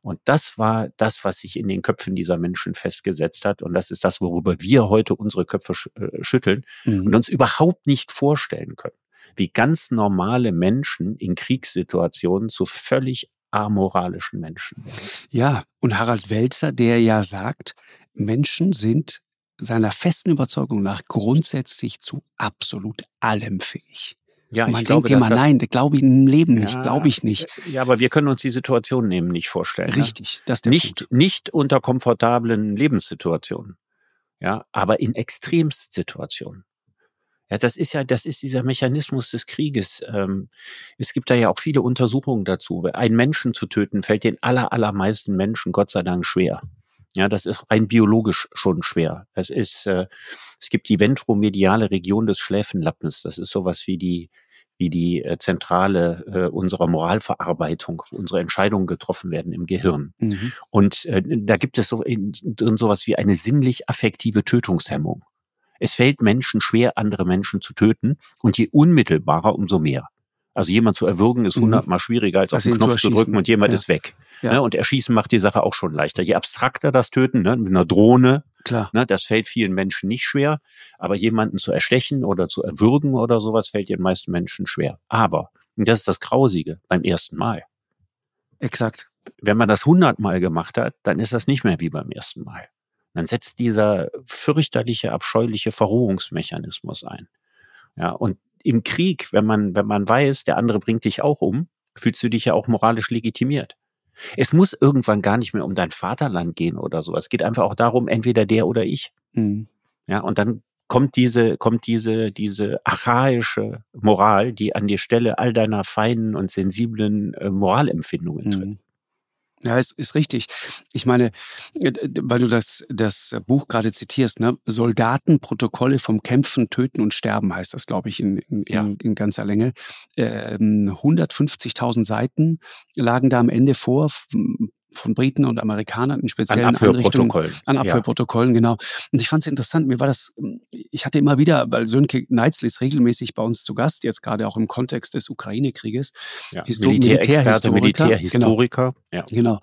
Speaker 3: Und das war das, was sich in den Köpfen dieser Menschen festgesetzt hat. Und das ist das, worüber wir heute unsere Köpfe sch- äh, schütteln mhm. und uns überhaupt nicht vorstellen können, wie ganz normale Menschen in Kriegssituationen zu völlig amoralischen Menschen werden.
Speaker 2: Ja, und Harald Welzer, der ja sagt, Menschen sind seiner festen Überzeugung nach grundsätzlich zu absolut allem fähig.
Speaker 3: Ja,
Speaker 2: und man
Speaker 3: ich
Speaker 2: denkt
Speaker 3: glaube,
Speaker 2: immer,
Speaker 3: dass das,
Speaker 2: nein, das glaube ich im Leben nicht,
Speaker 3: ja,
Speaker 2: glaube ich nicht.
Speaker 3: Ja, aber wir können uns die Situation eben nicht vorstellen.
Speaker 2: Richtig,
Speaker 3: ne?
Speaker 2: das ist der
Speaker 3: nicht,
Speaker 2: Punkt.
Speaker 3: Nicht unter komfortablen Lebenssituationen, ja, aber in Extremsituationen. Ja, das ist ja, das ist dieser Mechanismus des Krieges. Ähm, es gibt da ja auch viele Untersuchungen dazu. Einen Menschen zu töten, fällt den aller, allermeisten Menschen Gott sei Dank schwer. Ja, das ist rein biologisch schon schwer. Es ist, äh, es gibt die ventromediale Region des Schläfenlappens. Das ist sowas wie die, wie die äh, Zentrale äh, unserer Moralverarbeitung, wo unsere Entscheidungen getroffen werden im Gehirn. Mhm. Und äh, da gibt es so in, drin sowas wie eine sinnlich-affektive Tötungshemmung. Es fällt Menschen schwer, andere Menschen zu töten, und je unmittelbarer, umso mehr. Also jemand zu erwürgen ist hundertmal schwieriger, als auf den Knopf zu drücken und jemand ja. ist weg. Ja. Ne? Und erschießen macht die Sache auch schon leichter. Je abstrakter das Töten, ne? mit einer Drohne,
Speaker 2: Klar.
Speaker 3: Ne? Das fällt vielen Menschen nicht schwer, aber jemanden zu erstechen oder zu erwürgen oder sowas fällt den meisten Menschen schwer. Aber, und das ist das Grausige, beim ersten Mal.
Speaker 2: Exakt.
Speaker 3: Wenn man das hundertmal gemacht hat, dann ist das nicht mehr wie beim ersten Mal. Dann setzt dieser fürchterliche, abscheuliche Verrohungsmechanismus ein. Ja, und im Krieg, wenn man, wenn man weiß, der andere bringt dich auch um, fühlst du dich ja auch moralisch legitimiert. Es muss irgendwann gar nicht mehr um dein Vaterland gehen oder so. Es geht einfach auch darum, entweder der oder ich. Mhm. Ja, und dann kommt diese, kommt diese, diese archaische Moral, die an die Stelle all deiner feinen und sensiblen äh, Moralempfindungen tritt.
Speaker 2: Mhm. Ja, es ist richtig. Ich meine, weil du das, das Buch gerade zitierst, ne? Soldatenprotokolle vom Kämpfen, Töten und Sterben heißt das, glaube ich, in, in, ja. in, in ganzer Länge. Ähm, hundertfünfzigtausend Seiten lagen da am Ende vor, von Briten und Amerikanern in speziellen
Speaker 3: an
Speaker 2: Einrichtungen. An
Speaker 3: ja.
Speaker 2: Abhörprotokollen, genau. Und ich fand es interessant, mir war das, ich hatte immer wieder, weil Sönke Neizl ist regelmäßig bei uns zu Gast, jetzt gerade auch im Kontext des Ukraine-Krieges.
Speaker 3: Ja, Histo- Militärexperte, Militärhistoriker.
Speaker 2: Genau. Ja. genau.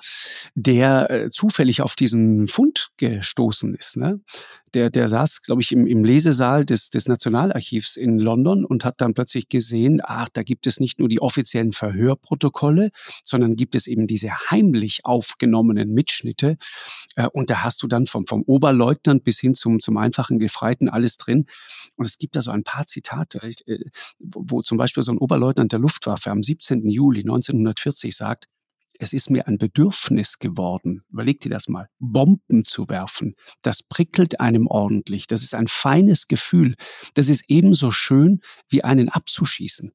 Speaker 2: Der äh, zufällig auf diesen Fund gestoßen ist, ne? Der, der saß, glaube ich, im, im Lesesaal des, des Nationalarchivs in London und hat dann plötzlich gesehen, ach, da gibt es nicht nur die offiziellen Verhörprotokolle, sondern gibt es eben diese heimlich aufgenommenen Mitschnitte. Äh, und da hast du dann vom, vom Oberleutnant bis hin zum, zum einfachen Gefreiten alles drin. Und es gibt da so ein paar Zitate, äh, wo, wo zum Beispiel so ein Oberleutnant der Luftwaffe am siebzehnten Juli neunzehnhundertvierzig sagt, es ist mir ein Bedürfnis geworden, überleg dir das mal, Bomben zu werfen. Das prickelt einem ordentlich. Das ist ein feines Gefühl. Das ist ebenso schön, wie einen abzuschießen.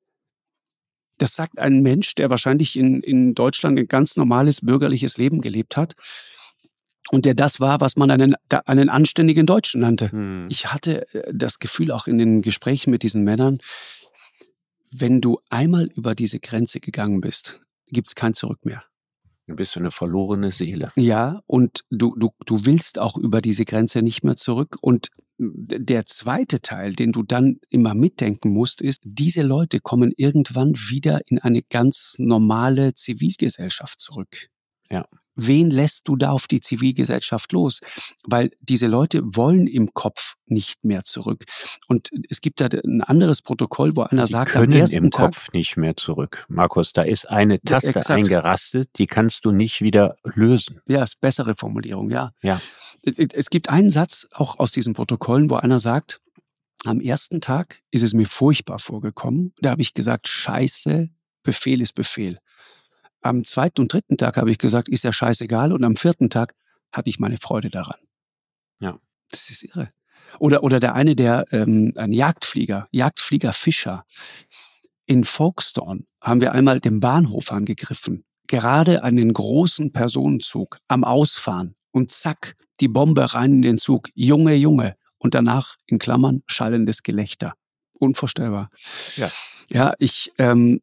Speaker 2: Das sagt ein Mensch, der wahrscheinlich in, in Deutschland ein ganz normales bürgerliches Leben gelebt hat und der das war, was man einen, einen anständigen Deutschen nannte. Hm. Ich hatte das Gefühl auch in den Gesprächen mit diesen Männern, wenn du einmal über diese Grenze gegangen bist, gibt's kein Zurück mehr.
Speaker 3: Du bist eine verlorene Seele.
Speaker 2: Ja, und du, du, du willst auch über diese Grenze nicht mehr zurück. Und der zweite Teil, den du dann immer mitdenken musst, ist, diese Leute kommen irgendwann wieder in eine ganz normale Zivilgesellschaft zurück.
Speaker 3: Ja.
Speaker 2: Wen lässt du da auf die Zivilgesellschaft los? Weil diese Leute wollen im Kopf nicht mehr zurück. Und es gibt da ein anderes Protokoll, wo einer
Speaker 3: die
Speaker 2: sagt,
Speaker 3: können
Speaker 2: am ersten
Speaker 3: im
Speaker 2: Tag,
Speaker 3: Kopf nicht mehr zurück. Markus, da ist eine Taste
Speaker 2: exakt.
Speaker 3: eingerastet, die kannst du nicht wieder lösen.
Speaker 2: Ja, ist bessere Formulierung, ja.
Speaker 3: Ja.
Speaker 2: Es gibt einen Satz auch aus diesen Protokollen, wo einer sagt, am ersten Tag ist es mir furchtbar vorgekommen. Da habe ich gesagt, Scheiße, Befehl ist Befehl. Am zweiten und dritten Tag habe ich gesagt, ist ja scheißegal. Und am vierten Tag hatte ich meine Freude daran.
Speaker 3: Ja.
Speaker 2: Das ist irre. Oder, oder der eine, der, ähm, ein Jagdflieger, Jagdflieger Fischer. In Folkestone haben wir einmal den Bahnhof angegriffen. Gerade einen großen Personenzug am Ausfahren. Und zack, die Bombe rein in den Zug. Junge, Junge. Und danach, in Klammern, schallendes Gelächter. Unvorstellbar.
Speaker 3: Ja.
Speaker 2: Ja, ich, ähm,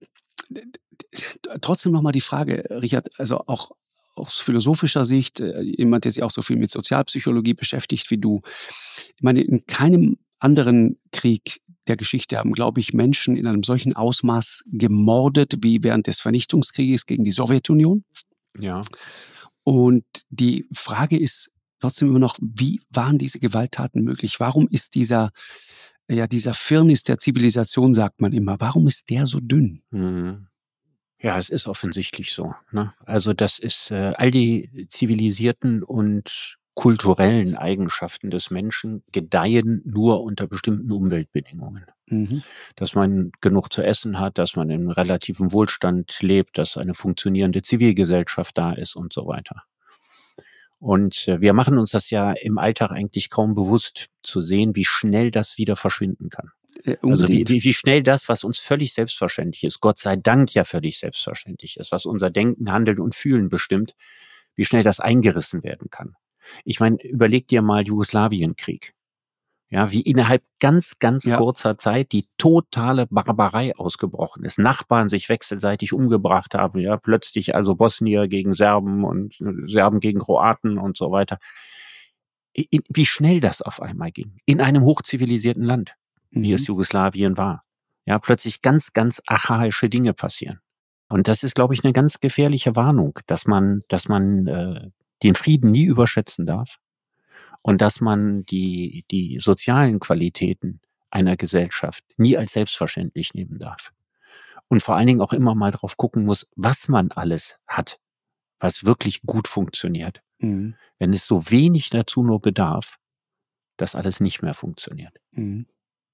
Speaker 2: trotzdem nochmal die Frage, Richard, also auch aus philosophischer Sicht, jemand, der sich auch so viel mit Sozialpsychologie beschäftigt wie du. Ich meine, in keinem anderen Krieg der Geschichte haben, glaube ich, Menschen in einem solchen Ausmaß gemordet wie während des Vernichtungskrieges gegen die Sowjetunion.
Speaker 3: Ja.
Speaker 2: Und die Frage ist trotzdem immer noch, wie waren diese Gewalttaten möglich? Warum ist dieser, ja, dieser Firnis der Zivilisation, sagt man immer, warum ist der so dünn?
Speaker 3: Mhm. Ja, es ist offensichtlich so, ne? Also, das ist, äh all die zivilisierten und kulturellen Eigenschaften des Menschen gedeihen nur unter bestimmten Umweltbedingungen.
Speaker 2: Mhm.
Speaker 3: Dass man genug zu essen hat, dass man in relativem Wohlstand lebt, dass eine funktionierende Zivilgesellschaft da ist und so weiter. Und, äh, wir machen uns das ja im Alltag eigentlich kaum bewusst, zu sehen, wie schnell das wieder verschwinden kann.
Speaker 2: Äh,
Speaker 3: Also, wie
Speaker 2: unbedingt.
Speaker 3: wie wie schnell das, was uns völlig selbstverständlich ist, Gott sei Dank ja völlig selbstverständlich ist, was unser Denken, Handeln und Fühlen bestimmt, wie schnell das eingerissen werden kann. Ich meine, überleg dir mal Jugoslawienkrieg. Ja, wie innerhalb ganz, ganz
Speaker 2: Ja.
Speaker 3: kurzer Zeit die totale Barbarei ausgebrochen ist. Nachbarn sich wechselseitig umgebracht haben, ja, plötzlich also Bosnier gegen Serben und äh, Serben gegen Kroaten und so weiter. I in wie schnell das auf einmal ging. In einem hochzivilisierten Land, wie es
Speaker 2: Mhm.
Speaker 3: Jugoslawien war. Ja, plötzlich ganz, ganz archaische Dinge passieren. Und das ist, glaube ich, eine ganz gefährliche Warnung, dass man dass man, äh, den Frieden nie überschätzen darf und dass man die die sozialen Qualitäten einer Gesellschaft nie als selbstverständlich nehmen darf. Und vor allen Dingen auch immer mal drauf gucken muss, was man alles hat, was wirklich gut funktioniert.
Speaker 2: Mhm.
Speaker 3: Wenn es so wenig dazu nur bedarf, dass alles nicht mehr funktioniert.
Speaker 2: Mhm.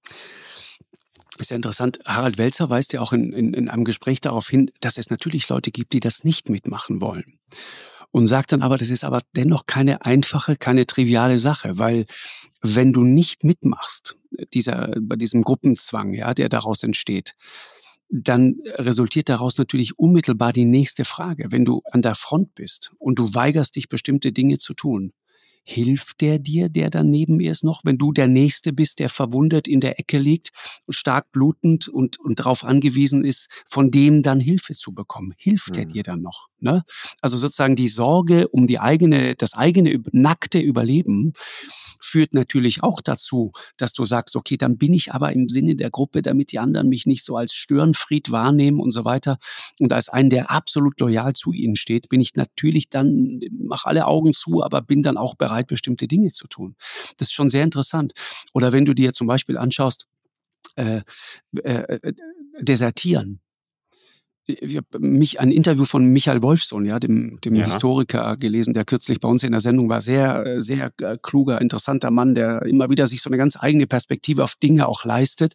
Speaker 2: Ist ja interessant. Harald Welzer weist ja auch in, in, in einem Gespräch darauf hin, dass es natürlich Leute gibt, die das nicht mitmachen wollen. Und sagt dann aber, das ist aber dennoch keine einfache, keine triviale Sache, weil wenn du nicht mitmachst, dieser, bei diesem Gruppenzwang, ja, der daraus entsteht, dann resultiert daraus natürlich unmittelbar die nächste Frage. Wenn du an der Front bist und du weigerst dich, bestimmte Dinge zu tun, hilft der dir, der dann neben ihr ist noch, wenn du der Nächste bist, der verwundet in der Ecke liegt, stark blutend und, und darauf angewiesen ist, von dem dann Hilfe zu bekommen? Hilft der
Speaker 3: Mhm.
Speaker 2: dir dann noch? Ne? Also sozusagen die Sorge um die eigene, das eigene nackte Überleben führt natürlich auch dazu, dass du sagst, okay, dann bin ich aber im Sinne der Gruppe, damit die anderen mich nicht so als Störenfried wahrnehmen und so weiter. Und als einen, der absolut loyal zu ihnen steht, bin ich natürlich dann, mach alle Augen zu, aber bin dann auch bereit, bestimmte Dinge zu tun. Das ist schon sehr interessant. Oder wenn du dir zum Beispiel anschaust, äh, äh, desertieren. Ich habe mich ein Interview von Michael Wolfsohn, ja, dem, dem
Speaker 3: Ja.
Speaker 2: Historiker gelesen, der kürzlich bei uns in der Sendung war. Sehr, sehr äh, kluger, interessanter Mann, der immer wieder sich so eine ganz eigene Perspektive auf Dinge auch leistet.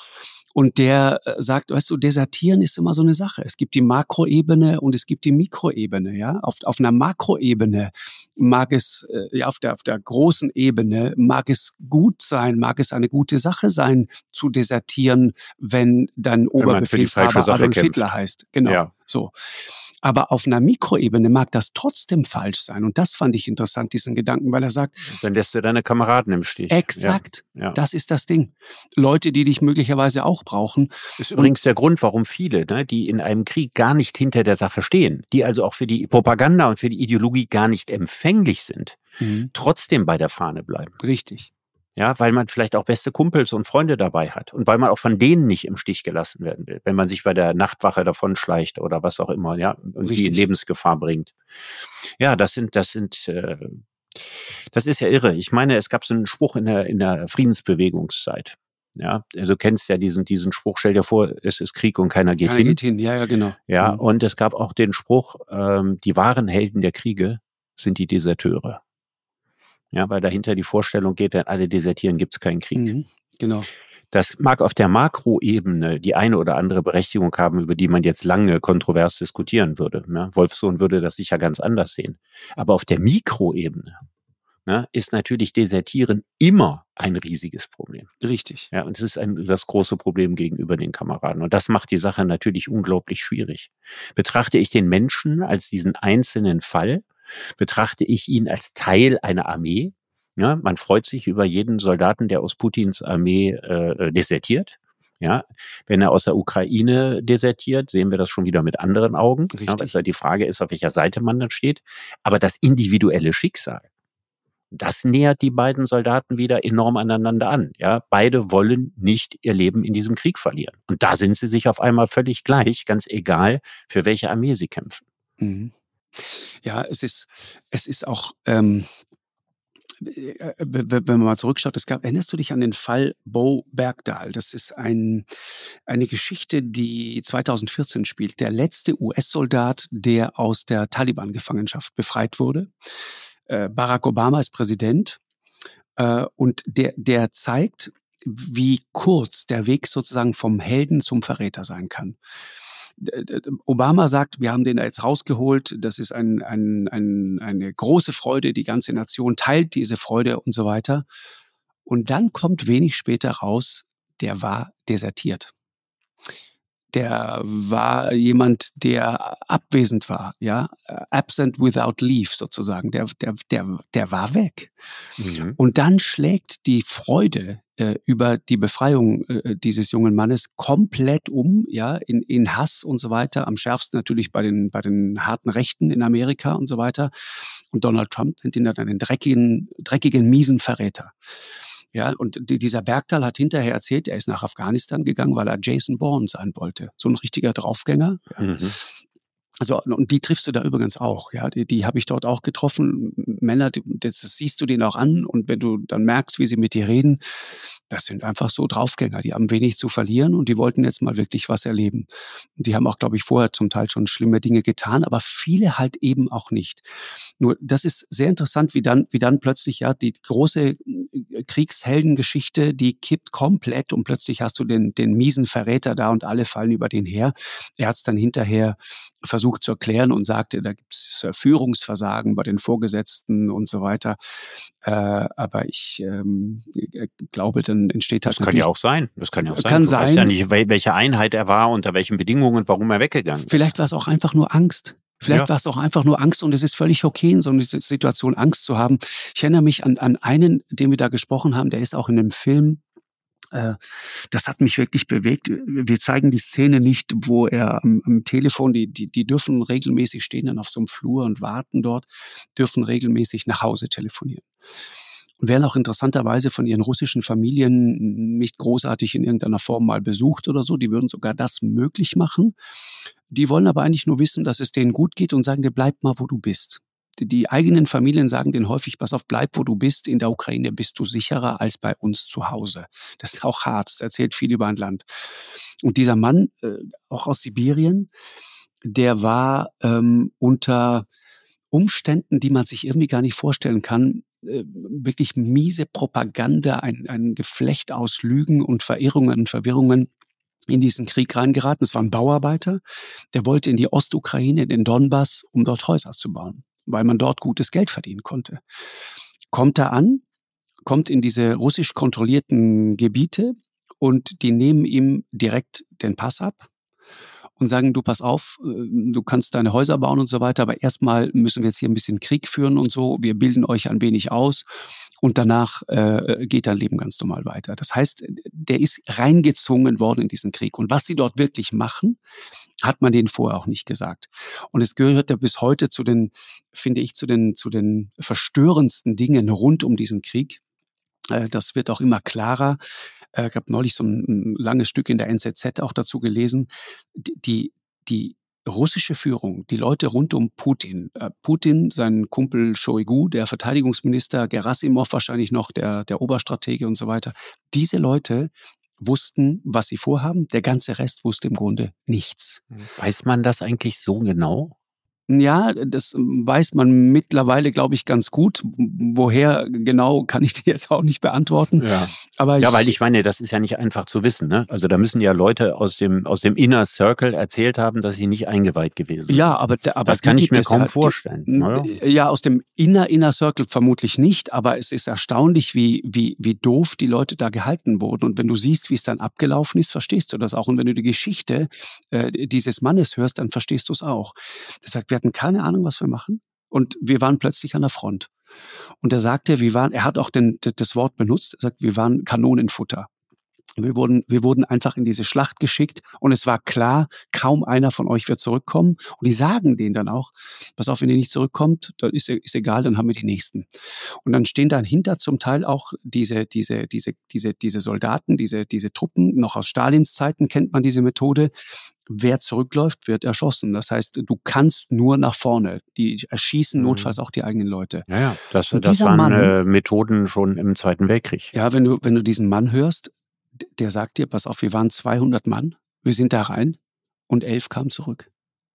Speaker 2: Und der äh, sagt, weißt du, desertieren ist immer so eine Sache. Es gibt die Makroebene und es gibt die Mikroebene, ja. Auf, auf einer Makroebene mag es, äh, ja, auf der, auf der großen Ebene mag es gut sein, mag es eine gute Sache sein, zu desertieren, wenn dann
Speaker 3: Wenn man für die falsche
Speaker 2: Oberbefehlshaber
Speaker 3: Sache
Speaker 2: Adolf
Speaker 3: kämpft.
Speaker 2: Hitler heißt. Genau.
Speaker 3: Ja.
Speaker 2: So. Aber auf einer Mikroebene mag das trotzdem falsch sein. Und das fand ich interessant, diesen Gedanken, weil er sagt,
Speaker 3: Dann lässt du deine Kameraden im Stich.
Speaker 2: exakt,
Speaker 3: Ja. Ja.
Speaker 2: das ist das Ding. Leute, die dich möglicherweise auch brauchen.
Speaker 3: Ist übrigens der Grund, warum viele, ne, die in einem Krieg gar nicht hinter der Sache stehen, die also auch für die Propaganda und für die Ideologie gar nicht empfänglich sind,
Speaker 2: Mhm.
Speaker 3: trotzdem bei der Fahne bleiben.
Speaker 2: Richtig.
Speaker 3: Ja, weil man vielleicht auch beste Kumpels und Freunde dabei hat und weil man auch von denen nicht im Stich gelassen werden will, wenn man sich bei der Nachtwache davonschleicht oder was auch immer, ja, und die in
Speaker 2: Richtig.
Speaker 3: Lebensgefahr bringt. Ja, das sind, das sind, äh, das ist ja irre. Ich meine, es gab so einen Spruch in der, in der Friedensbewegungszeit. Ja, also du kennst ja diesen, diesen Spruch, stell dir vor, es ist Krieg und keiner geht
Speaker 2: Keiner
Speaker 3: hin.
Speaker 2: geht hin, ja, ja, genau.
Speaker 3: Ja,
Speaker 2: Mhm.
Speaker 3: und es gab auch den Spruch, ähm, die wahren Helden der Kriege sind die Deserteure. Ja, weil dahinter die Vorstellung geht, wenn alle desertieren, gibt es keinen Krieg.
Speaker 2: Mhm. Genau.
Speaker 3: Das mag auf der Makroebene die eine oder andere Berechtigung haben, über die man jetzt lange kontrovers diskutieren würde. Ja, Wolfsohn würde das sicher ganz anders sehen. Aber auf der Mikroebene, ne, ist natürlich Desertieren immer ein riesiges Problem.
Speaker 2: Richtig.
Speaker 3: Ja, und es ist ein, das große Problem gegenüber den Kameraden. Und das macht die Sache natürlich unglaublich schwierig. Betrachte ich den Menschen als diesen einzelnen Fall, betrachte ich ihn als Teil einer Armee. Ja, man freut sich über jeden Soldaten, der aus Putins Armee äh, desertiert. Ja, wenn er aus der Ukraine desertiert, sehen wir das schon wieder mit anderen Augen.
Speaker 2: Richtig.
Speaker 3: Ja, weil es ja die Frage ist, auf welcher Seite man dann steht. Aber das individuelle Schicksal, das nähert die beiden Soldaten wieder enorm aneinander an. Ja, beide wollen nicht ihr Leben in diesem Krieg verlieren. Und da sind sie sich auf einmal völlig gleich, ganz egal, für welche Armee sie kämpfen.
Speaker 2: Mhm. Ja, es ist, es ist auch, ähm, wenn man mal zurückschaut, es gab, erinnerst du dich an den Fall Bo Bergdahl? Das ist ein, eine Geschichte, die zweitausendvierzehn spielt. Der letzte U S-Soldat, der aus der Taliban-Gefangenschaft befreit wurde. Äh, Barack Obama ist Präsident, äh, und der, der zeigt, wie kurz der Weg sozusagen vom Helden zum Verräter sein kann. Obama sagt, wir haben den da jetzt rausgeholt, das ist ein, ein, ein, eine große Freude, die ganze Nation teilt diese Freude und so weiter. Und dann kommt wenig später raus, der war desertiert. Der war jemand, der abwesend war, ja, absent without leave sozusagen. Der, der, der, der war weg. Mhm. Und dann schlägt die Freude äh, über die Befreiung äh, dieses jungen Mannes komplett um, ja, in, in Hass und so weiter. Am schärfsten natürlich bei den, bei den harten Rechten in Amerika und so weiter. Und Donald Trump nennt ihn dann einen dreckigen, dreckigen, miesen Verräter. Ja, und dieser Bergdahl hat hinterher erzählt, er ist nach Afghanistan gegangen, weil er Jason Bourne sein wollte. So ein richtiger Draufgänger. Ja. Mhm. Also, und die triffst du da übrigens auch, ja. Die, die habe ich dort auch getroffen. Männer, das siehst du denen auch an. Und wenn du dann merkst, wie sie mit dir reden, das sind einfach so Draufgänger. Die haben wenig zu verlieren und die wollten jetzt mal wirklich was erleben. Und die haben auch, glaube ich, vorher zum Teil schon schlimme Dinge getan, aber viele halt eben auch nicht. Nur, das ist sehr interessant, wie dann, wie dann plötzlich, ja, die große Kriegsheldengeschichte, die kippt komplett und plötzlich hast du den, den miesen Verräter da und alle fallen über den her. Er hat es dann hinterher versucht zu erklären und sagte, da gibt es Führungsversagen bei den Vorgesetzten und so weiter. Äh, aber ich ähm, glaube, dann entsteht halt.
Speaker 3: Das kann ja auch sein. Das kann ja auch sein.
Speaker 2: Kann
Speaker 3: du
Speaker 2: sein.
Speaker 3: weißt ja nicht, welche Einheit er war, unter welchen Bedingungen, warum er weggegangen ist.
Speaker 2: Vielleicht war es auch einfach nur Angst. Vielleicht ja. war es auch einfach nur Angst und es ist völlig okay, in so einer Situation Angst zu haben. Ich erinnere mich an, an einen, den wir da gesprochen haben, der ist auch in einem Film. Das hat mich wirklich bewegt. Wir zeigen die Szene nicht, wo er am, am Telefon, die, die, die dürfen regelmäßig stehen dann auf so einem Flur und warten dort, dürfen regelmäßig nach Hause telefonieren. Und werden auch interessanterweise von ihren russischen Familien nicht großartig in irgendeiner Form mal besucht oder so. Die würden sogar das möglich machen. Die wollen aber eigentlich nur wissen, dass es denen gut geht und sagen dir, bleib mal, wo du bist. Die eigenen Familien sagen denen häufig, pass auf, bleib, wo du bist. In der Ukraine bist du sicherer als bei uns zu Hause. Das ist auch hart. Das erzählt viel über ein Land. Und dieser Mann, äh, auch aus Sibirien, der war ähm, unter Umständen, die man sich irgendwie gar nicht vorstellen kann, äh, wirklich miese Propaganda, ein, ein Geflecht aus Lügen und Verirrungen und Verwirrungen in diesen Krieg reingeraten. Es war ein Bauarbeiter, der wollte in die Ostukraine, in den Donbass, um dort Häuser zu bauen, weil man dort gutes Geld verdienen konnte. Kommt da an, kommt in diese russisch kontrollierten Gebiete und die nehmen ihm direkt den Pass ab und sagen, du pass auf, du kannst deine Häuser bauen und so weiter, aber erstmal müssen wir jetzt hier ein bisschen Krieg führen und so, wir bilden euch ein wenig aus und danach äh, geht dein Leben ganz normal weiter. Das heißt, der ist reingezwungen worden in diesen Krieg. Und was sie dort wirklich machen, hat man denen vorher auch nicht gesagt. Und es gehört ja bis heute zu den, finde ich, zu den, zu den verstörendsten Dingen rund um diesen Krieg. Das wird auch immer klarer. Ich habe neulich so ein langes Stück in der N Z Z auch dazu gelesen. Die, die russische Führung, die Leute rund um Putin, Putin, sein Kumpel Shoigu, der Verteidigungsminister, Gerasimov wahrscheinlich noch, der, der Oberstratege und so weiter, diese Leute wussten, was sie vorhaben. Der ganze Rest wusste im Grunde nichts.
Speaker 3: Weiß man das eigentlich so genau?
Speaker 2: Ja, das weiß man mittlerweile, glaube ich, ganz gut. Woher genau, kann ich dir jetzt auch nicht beantworten.
Speaker 3: Ja,
Speaker 2: aber
Speaker 3: ja
Speaker 2: ich,
Speaker 3: weil ich meine, das ist ja nicht einfach zu wissen. Ne? Also da müssen ja Leute aus dem aus dem Inner Circle erzählt haben, dass sie nicht eingeweiht gewesen sind.
Speaker 2: Ja, aber, aber
Speaker 3: das kann ich mir kaum ja, vorstellen.
Speaker 2: Die, oder? Ja, aus dem Inner Inner Circle vermutlich nicht, aber es ist erstaunlich, wie wie wie doof die Leute da gehalten wurden. Und wenn du siehst, wie es dann abgelaufen ist, verstehst du das auch. Und wenn du die Geschichte äh, dieses Mannes hörst, dann verstehst du es auch. Das sagt, wir hatten keine Ahnung, was wir machen. Und wir waren plötzlich an der Front. Und er sagte, wir waren, er hat auch den, das Wort benutzt, er sagt, wir waren Kanonenfutter. Wir wurden, wir wurden einfach in diese Schlacht geschickt und es war klar, kaum einer von euch wird zurückkommen. Und die sagen denen dann auch, pass auf, wenn ihr nicht zurückkommt, dann ist, ist egal, dann haben wir die Nächsten. Und dann stehen dahinter zum Teil auch diese, diese, diese, diese, diese Soldaten, diese, diese Truppen, noch aus Stalins Zeiten kennt man diese Methode. Wer zurückläuft, wird erschossen. Das heißt, du kannst nur nach vorne. Die erschießen notfalls auch die eigenen Leute.
Speaker 3: Ja, ja, das, das waren Mann, äh, Methoden schon im Zweiten Weltkrieg.
Speaker 2: Ja, wenn du, wenn du diesen Mann hörst, der sagt dir, pass auf, wir waren zweihundert Mann, wir sind da rein und elf kamen zurück.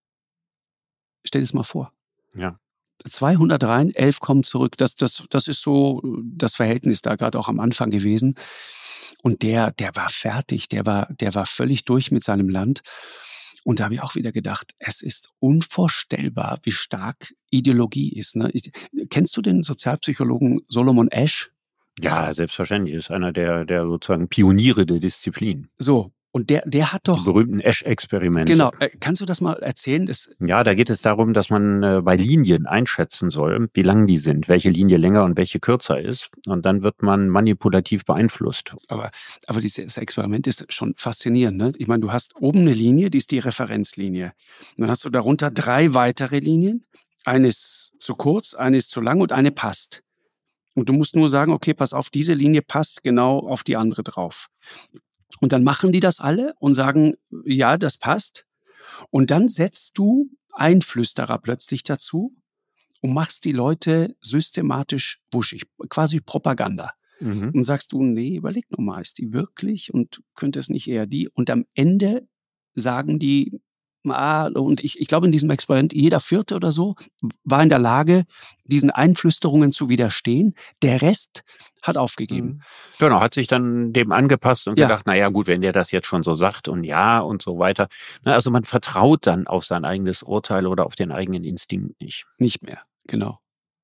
Speaker 2: Stell dir das mal vor.
Speaker 3: Ja.
Speaker 2: zweihundert rein, elf kommen zurück. Das, das, das ist so das Verhältnis da gerade auch am Anfang gewesen. Und der, der war fertig, der war, der war völlig durch mit seinem Land. Und da habe ich auch wieder gedacht, es ist unvorstellbar, wie stark Ideologie ist. Ne? Ich, kennst du den Sozialpsychologen Solomon Asch?
Speaker 3: Ja, selbstverständlich. Ist einer der, der sozusagen Pioniere der Disziplin.
Speaker 2: So. Und der, der hat doch...
Speaker 3: Die berühmten Asch-Experimente.
Speaker 2: Genau. Kannst du das mal erzählen? Das
Speaker 3: ja, da geht es darum, dass man äh, bei Linien einschätzen soll, wie lang die sind, welche Linie länger und welche kürzer ist. Und dann wird man manipulativ beeinflusst.
Speaker 2: Aber, aber dieses Experiment ist schon faszinierend. Ne? Ich meine, du hast oben eine Linie, die ist die Referenzlinie. Und dann hast du darunter drei weitere Linien. Eine ist zu kurz, eine ist zu lang und eine passt. Und du musst nur sagen, okay, pass auf, diese Linie passt genau auf die andere drauf. Und dann machen die das alle und sagen, ja, das passt. Und dann setzt du Einflüsterer plötzlich dazu und machst die Leute systematisch wuschig, quasi Propaganda. Mhm. Und sagst du, nee, überleg noch mal, ist die wirklich und könnte es nicht eher die? Und am Ende sagen die, ah, und ich, ich glaube in diesem Experiment, jeder Vierte oder so war in der Lage, diesen Einflüsterungen zu widerstehen. Der Rest hat aufgegeben.
Speaker 3: Genau, hat sich dann dem angepasst und ja. gedacht, naja gut, wenn der das jetzt schon so sagt und ja und so weiter. Also man vertraut dann auf sein eigenes Urteil oder auf den eigenen Instinkt nicht.
Speaker 2: Nicht mehr, genau.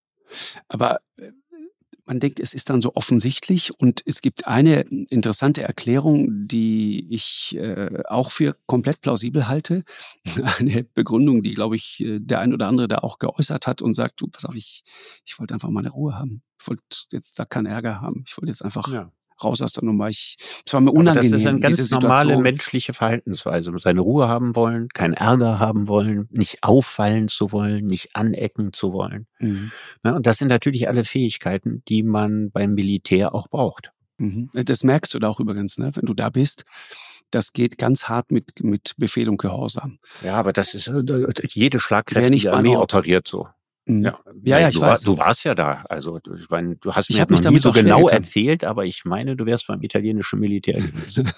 Speaker 2: Aber man denkt, es ist dann so offensichtlich und es gibt eine interessante Erklärung, die ich äh, auch für komplett plausibel halte. Eine Begründung, die, glaube ich, der ein oder andere da auch geäußert hat und sagt, du, pass auf, ich, ich wollte einfach meine Ruhe haben. Ich wollte jetzt da keinen Ärger haben. Ich wollte jetzt einfach ja. raus aus der Nummer. Ich, es war mir unangenehm.
Speaker 3: Aber das ist eine ganz normale menschliche Verhaltensweise. Seine Ruhe haben wollen, keinen Ärger haben wollen, nicht auffallen zu wollen, nicht anecken zu wollen. Mhm. Und das sind natürlich alle Fähigkeiten, die man beim Militär auch braucht.
Speaker 2: Mhm. Das merkst du da auch übrigens, ne? Wenn du da bist. Das geht ganz hart mit, mit Befehl und Gehorsam.
Speaker 3: Ja, aber das ist jede schlagkräftige Armee operiert so. Ja,
Speaker 2: ja, ja, ich
Speaker 3: du,
Speaker 2: weiß.
Speaker 3: Du warst ja da. Also ich meine, du hast
Speaker 2: ich
Speaker 3: mir
Speaker 2: noch
Speaker 3: nie so genau erzählt, aber ich meine, du wärst beim italienischen Militär gewesen.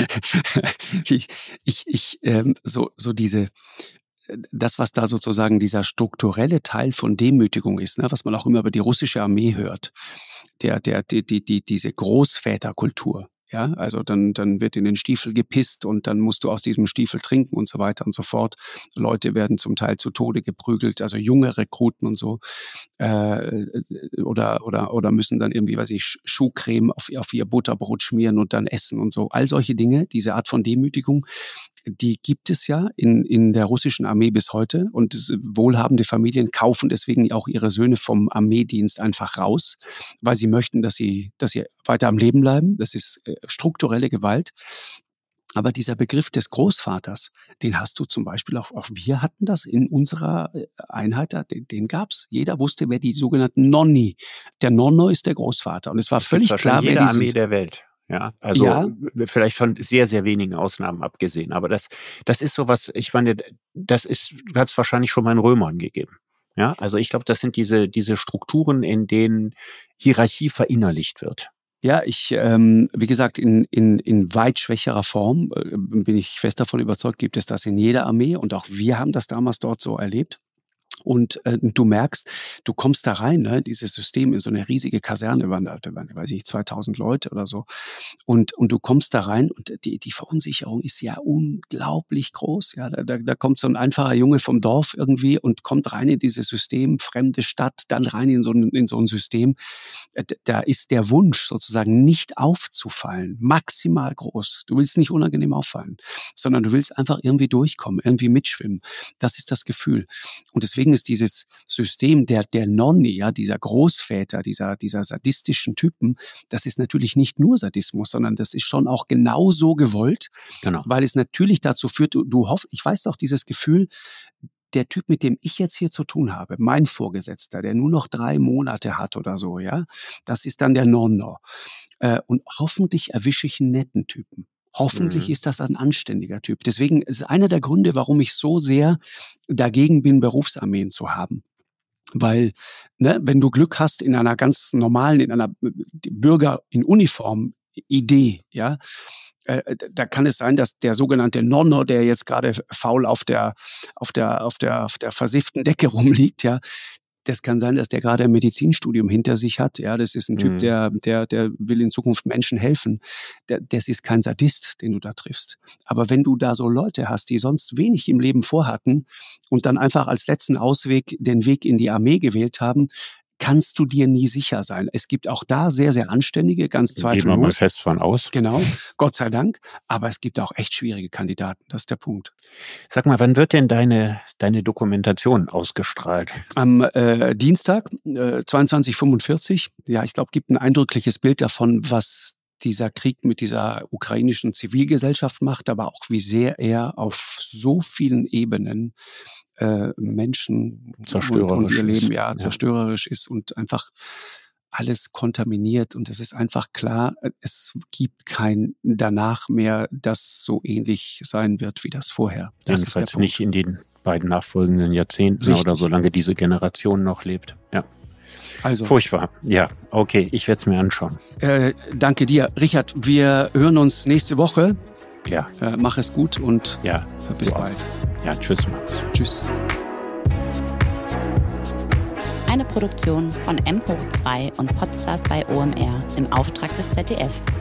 Speaker 2: ich, ich, ich ähm, so, so diese, das, was da sozusagen dieser strukturelle Teil von Demütigung ist, ne, was man auch immer über die russische Armee hört, der, der, die, die, die, diese Großväterkultur. Ja, also dann, dann wird in den Stiefel gepisst und dann musst du aus diesem Stiefel trinken und so weiter und so fort. Leute werden zum Teil zu Tode geprügelt, also junge Rekruten und so, äh, oder, oder, oder müssen dann irgendwie, weiß ich, Schuhcreme auf, auf ihr Butterbrot schmieren und dann essen und so. All solche Dinge, diese Art von Demütigung, die gibt es ja in, in der russischen Armee bis heute und wohlhabende Familien kaufen deswegen auch ihre Söhne vom Armeedienst einfach raus, weil sie möchten, dass sie, dass sie weiter am Leben bleiben. Das ist strukturelle Gewalt. Aber dieser Begriff des Großvaters, den hast du zum Beispiel auch, auch wir hatten das in unserer Einheit, den, den gab's. Jeder wusste, wer die sogenannten Nonni, der Nonno ist der Großvater. Und es war völlig klar, wer die
Speaker 3: Armee
Speaker 2: sind.
Speaker 3: der Welt. Ja, also ja. vielleicht von sehr, sehr wenigen Ausnahmen abgesehen. Aber das, das ist sowas, ich meine, das ist, hat es wahrscheinlich schon mal in Römern gegeben. Ja, also ich glaube, das sind diese, diese Strukturen, in denen Hierarchie verinnerlicht wird.
Speaker 2: Ja, ich, ähm, wie gesagt, in, in, in weit schwächerer Form äh, bin ich fest davon überzeugt, gibt es das in jeder Armee und auch wir haben das damals dort so erlebt. Und äh, du merkst, du kommst da rein, ne, dieses System in so eine riesige Kaserne, waren da, weiß ich, zweitausend Leute oder so. Und und du kommst da rein und die die Verunsicherung ist ja unglaublich groß. Ja, da, da, da kommt so ein einfacher Junge vom Dorf irgendwie und kommt rein in dieses System, fremde Stadt, dann rein in so ein, in so ein System. Da ist der Wunsch sozusagen nicht aufzufallen, maximal groß. Du willst nicht unangenehm auffallen, sondern du willst einfach irgendwie durchkommen, irgendwie mitschwimmen. Das ist das Gefühl. Und deswegen deswegen ist dieses System der, der Nonni, ja, dieser Großväter, dieser, dieser sadistischen Typen, das ist natürlich nicht nur Sadismus, sondern das ist schon auch genauso gewollt,
Speaker 3: Genau.
Speaker 2: weil es natürlich dazu führt, du, du hoffst, ich weiß doch dieses Gefühl, der Typ, mit dem ich jetzt hier zu tun habe, mein Vorgesetzter, der nur noch drei Monate hat oder so, ja, das ist dann der Nonno. Äh, und hoffentlich erwische ich einen netten Typen. Hoffentlich mhm. ist das ein anständiger Typ. Deswegen ist einer der Gründe, warum ich so sehr dagegen bin, Berufsarmeen zu haben. Weil, ne, wenn du Glück hast in einer ganz normalen, in einer Bürger in Uniform Idee, ja, äh, da kann es sein, dass der sogenannte Nonno, der jetzt gerade faul auf der auf der auf der auf der versifften Decke rumliegt, ja, das kann sein, dass der gerade ein Medizinstudium hinter sich hat. Ja, das ist ein Typ, mhm. der der der will in Zukunft Menschen helfen. Der, das ist kein Sadist, den du da triffst. Aber wenn du da so Leute hast, die sonst wenig im Leben vorhatten und dann einfach als letzten Ausweg den Weg in die Armee gewählt haben, kannst du dir nie sicher sein. Es gibt auch da sehr, sehr anständige, ganz zweifellos.
Speaker 3: Gehen wir mal fest von aus.
Speaker 2: Genau, Gott sei Dank. Aber es gibt auch echt schwierige Kandidaten. Das ist der Punkt.
Speaker 3: Sag mal, wann wird denn deine, deine Dokumentation ausgestrahlt?
Speaker 2: Am äh, Dienstag, äh, zweiundzwanzig Uhr fünfundvierzig. Ja, ich glaube, gibt ein eindrückliches Bild davon, was dieser Krieg mit dieser ukrainischen Zivilgesellschaft macht, aber auch wie sehr er auf so vielen Ebenen äh, Menschen
Speaker 3: zerstörerisch
Speaker 2: und, und ihr Leben
Speaker 3: ja,
Speaker 2: ja zerstörerisch ist und einfach alles kontaminiert. Und es ist einfach klar, es gibt kein danach mehr, das so ähnlich sein wird wie das vorher. Das
Speaker 3: Jedenfalls nicht in den beiden nachfolgenden Jahrzehnten Richtig. Oder solange diese Generation noch lebt. Ja.
Speaker 2: Also,
Speaker 3: furchtbar. Ja, okay, ich werde es mir anschauen.
Speaker 2: Äh, danke dir. Richard, wir hören uns nächste Woche.
Speaker 3: Ja.
Speaker 2: Äh, mach es gut und
Speaker 3: ja,
Speaker 2: bis bald.
Speaker 3: Ja, tschüss, Markus.
Speaker 2: Tschüss.
Speaker 1: Eine Produktion von M hoch zwei und Podstars bei O M R im Auftrag des Z D F.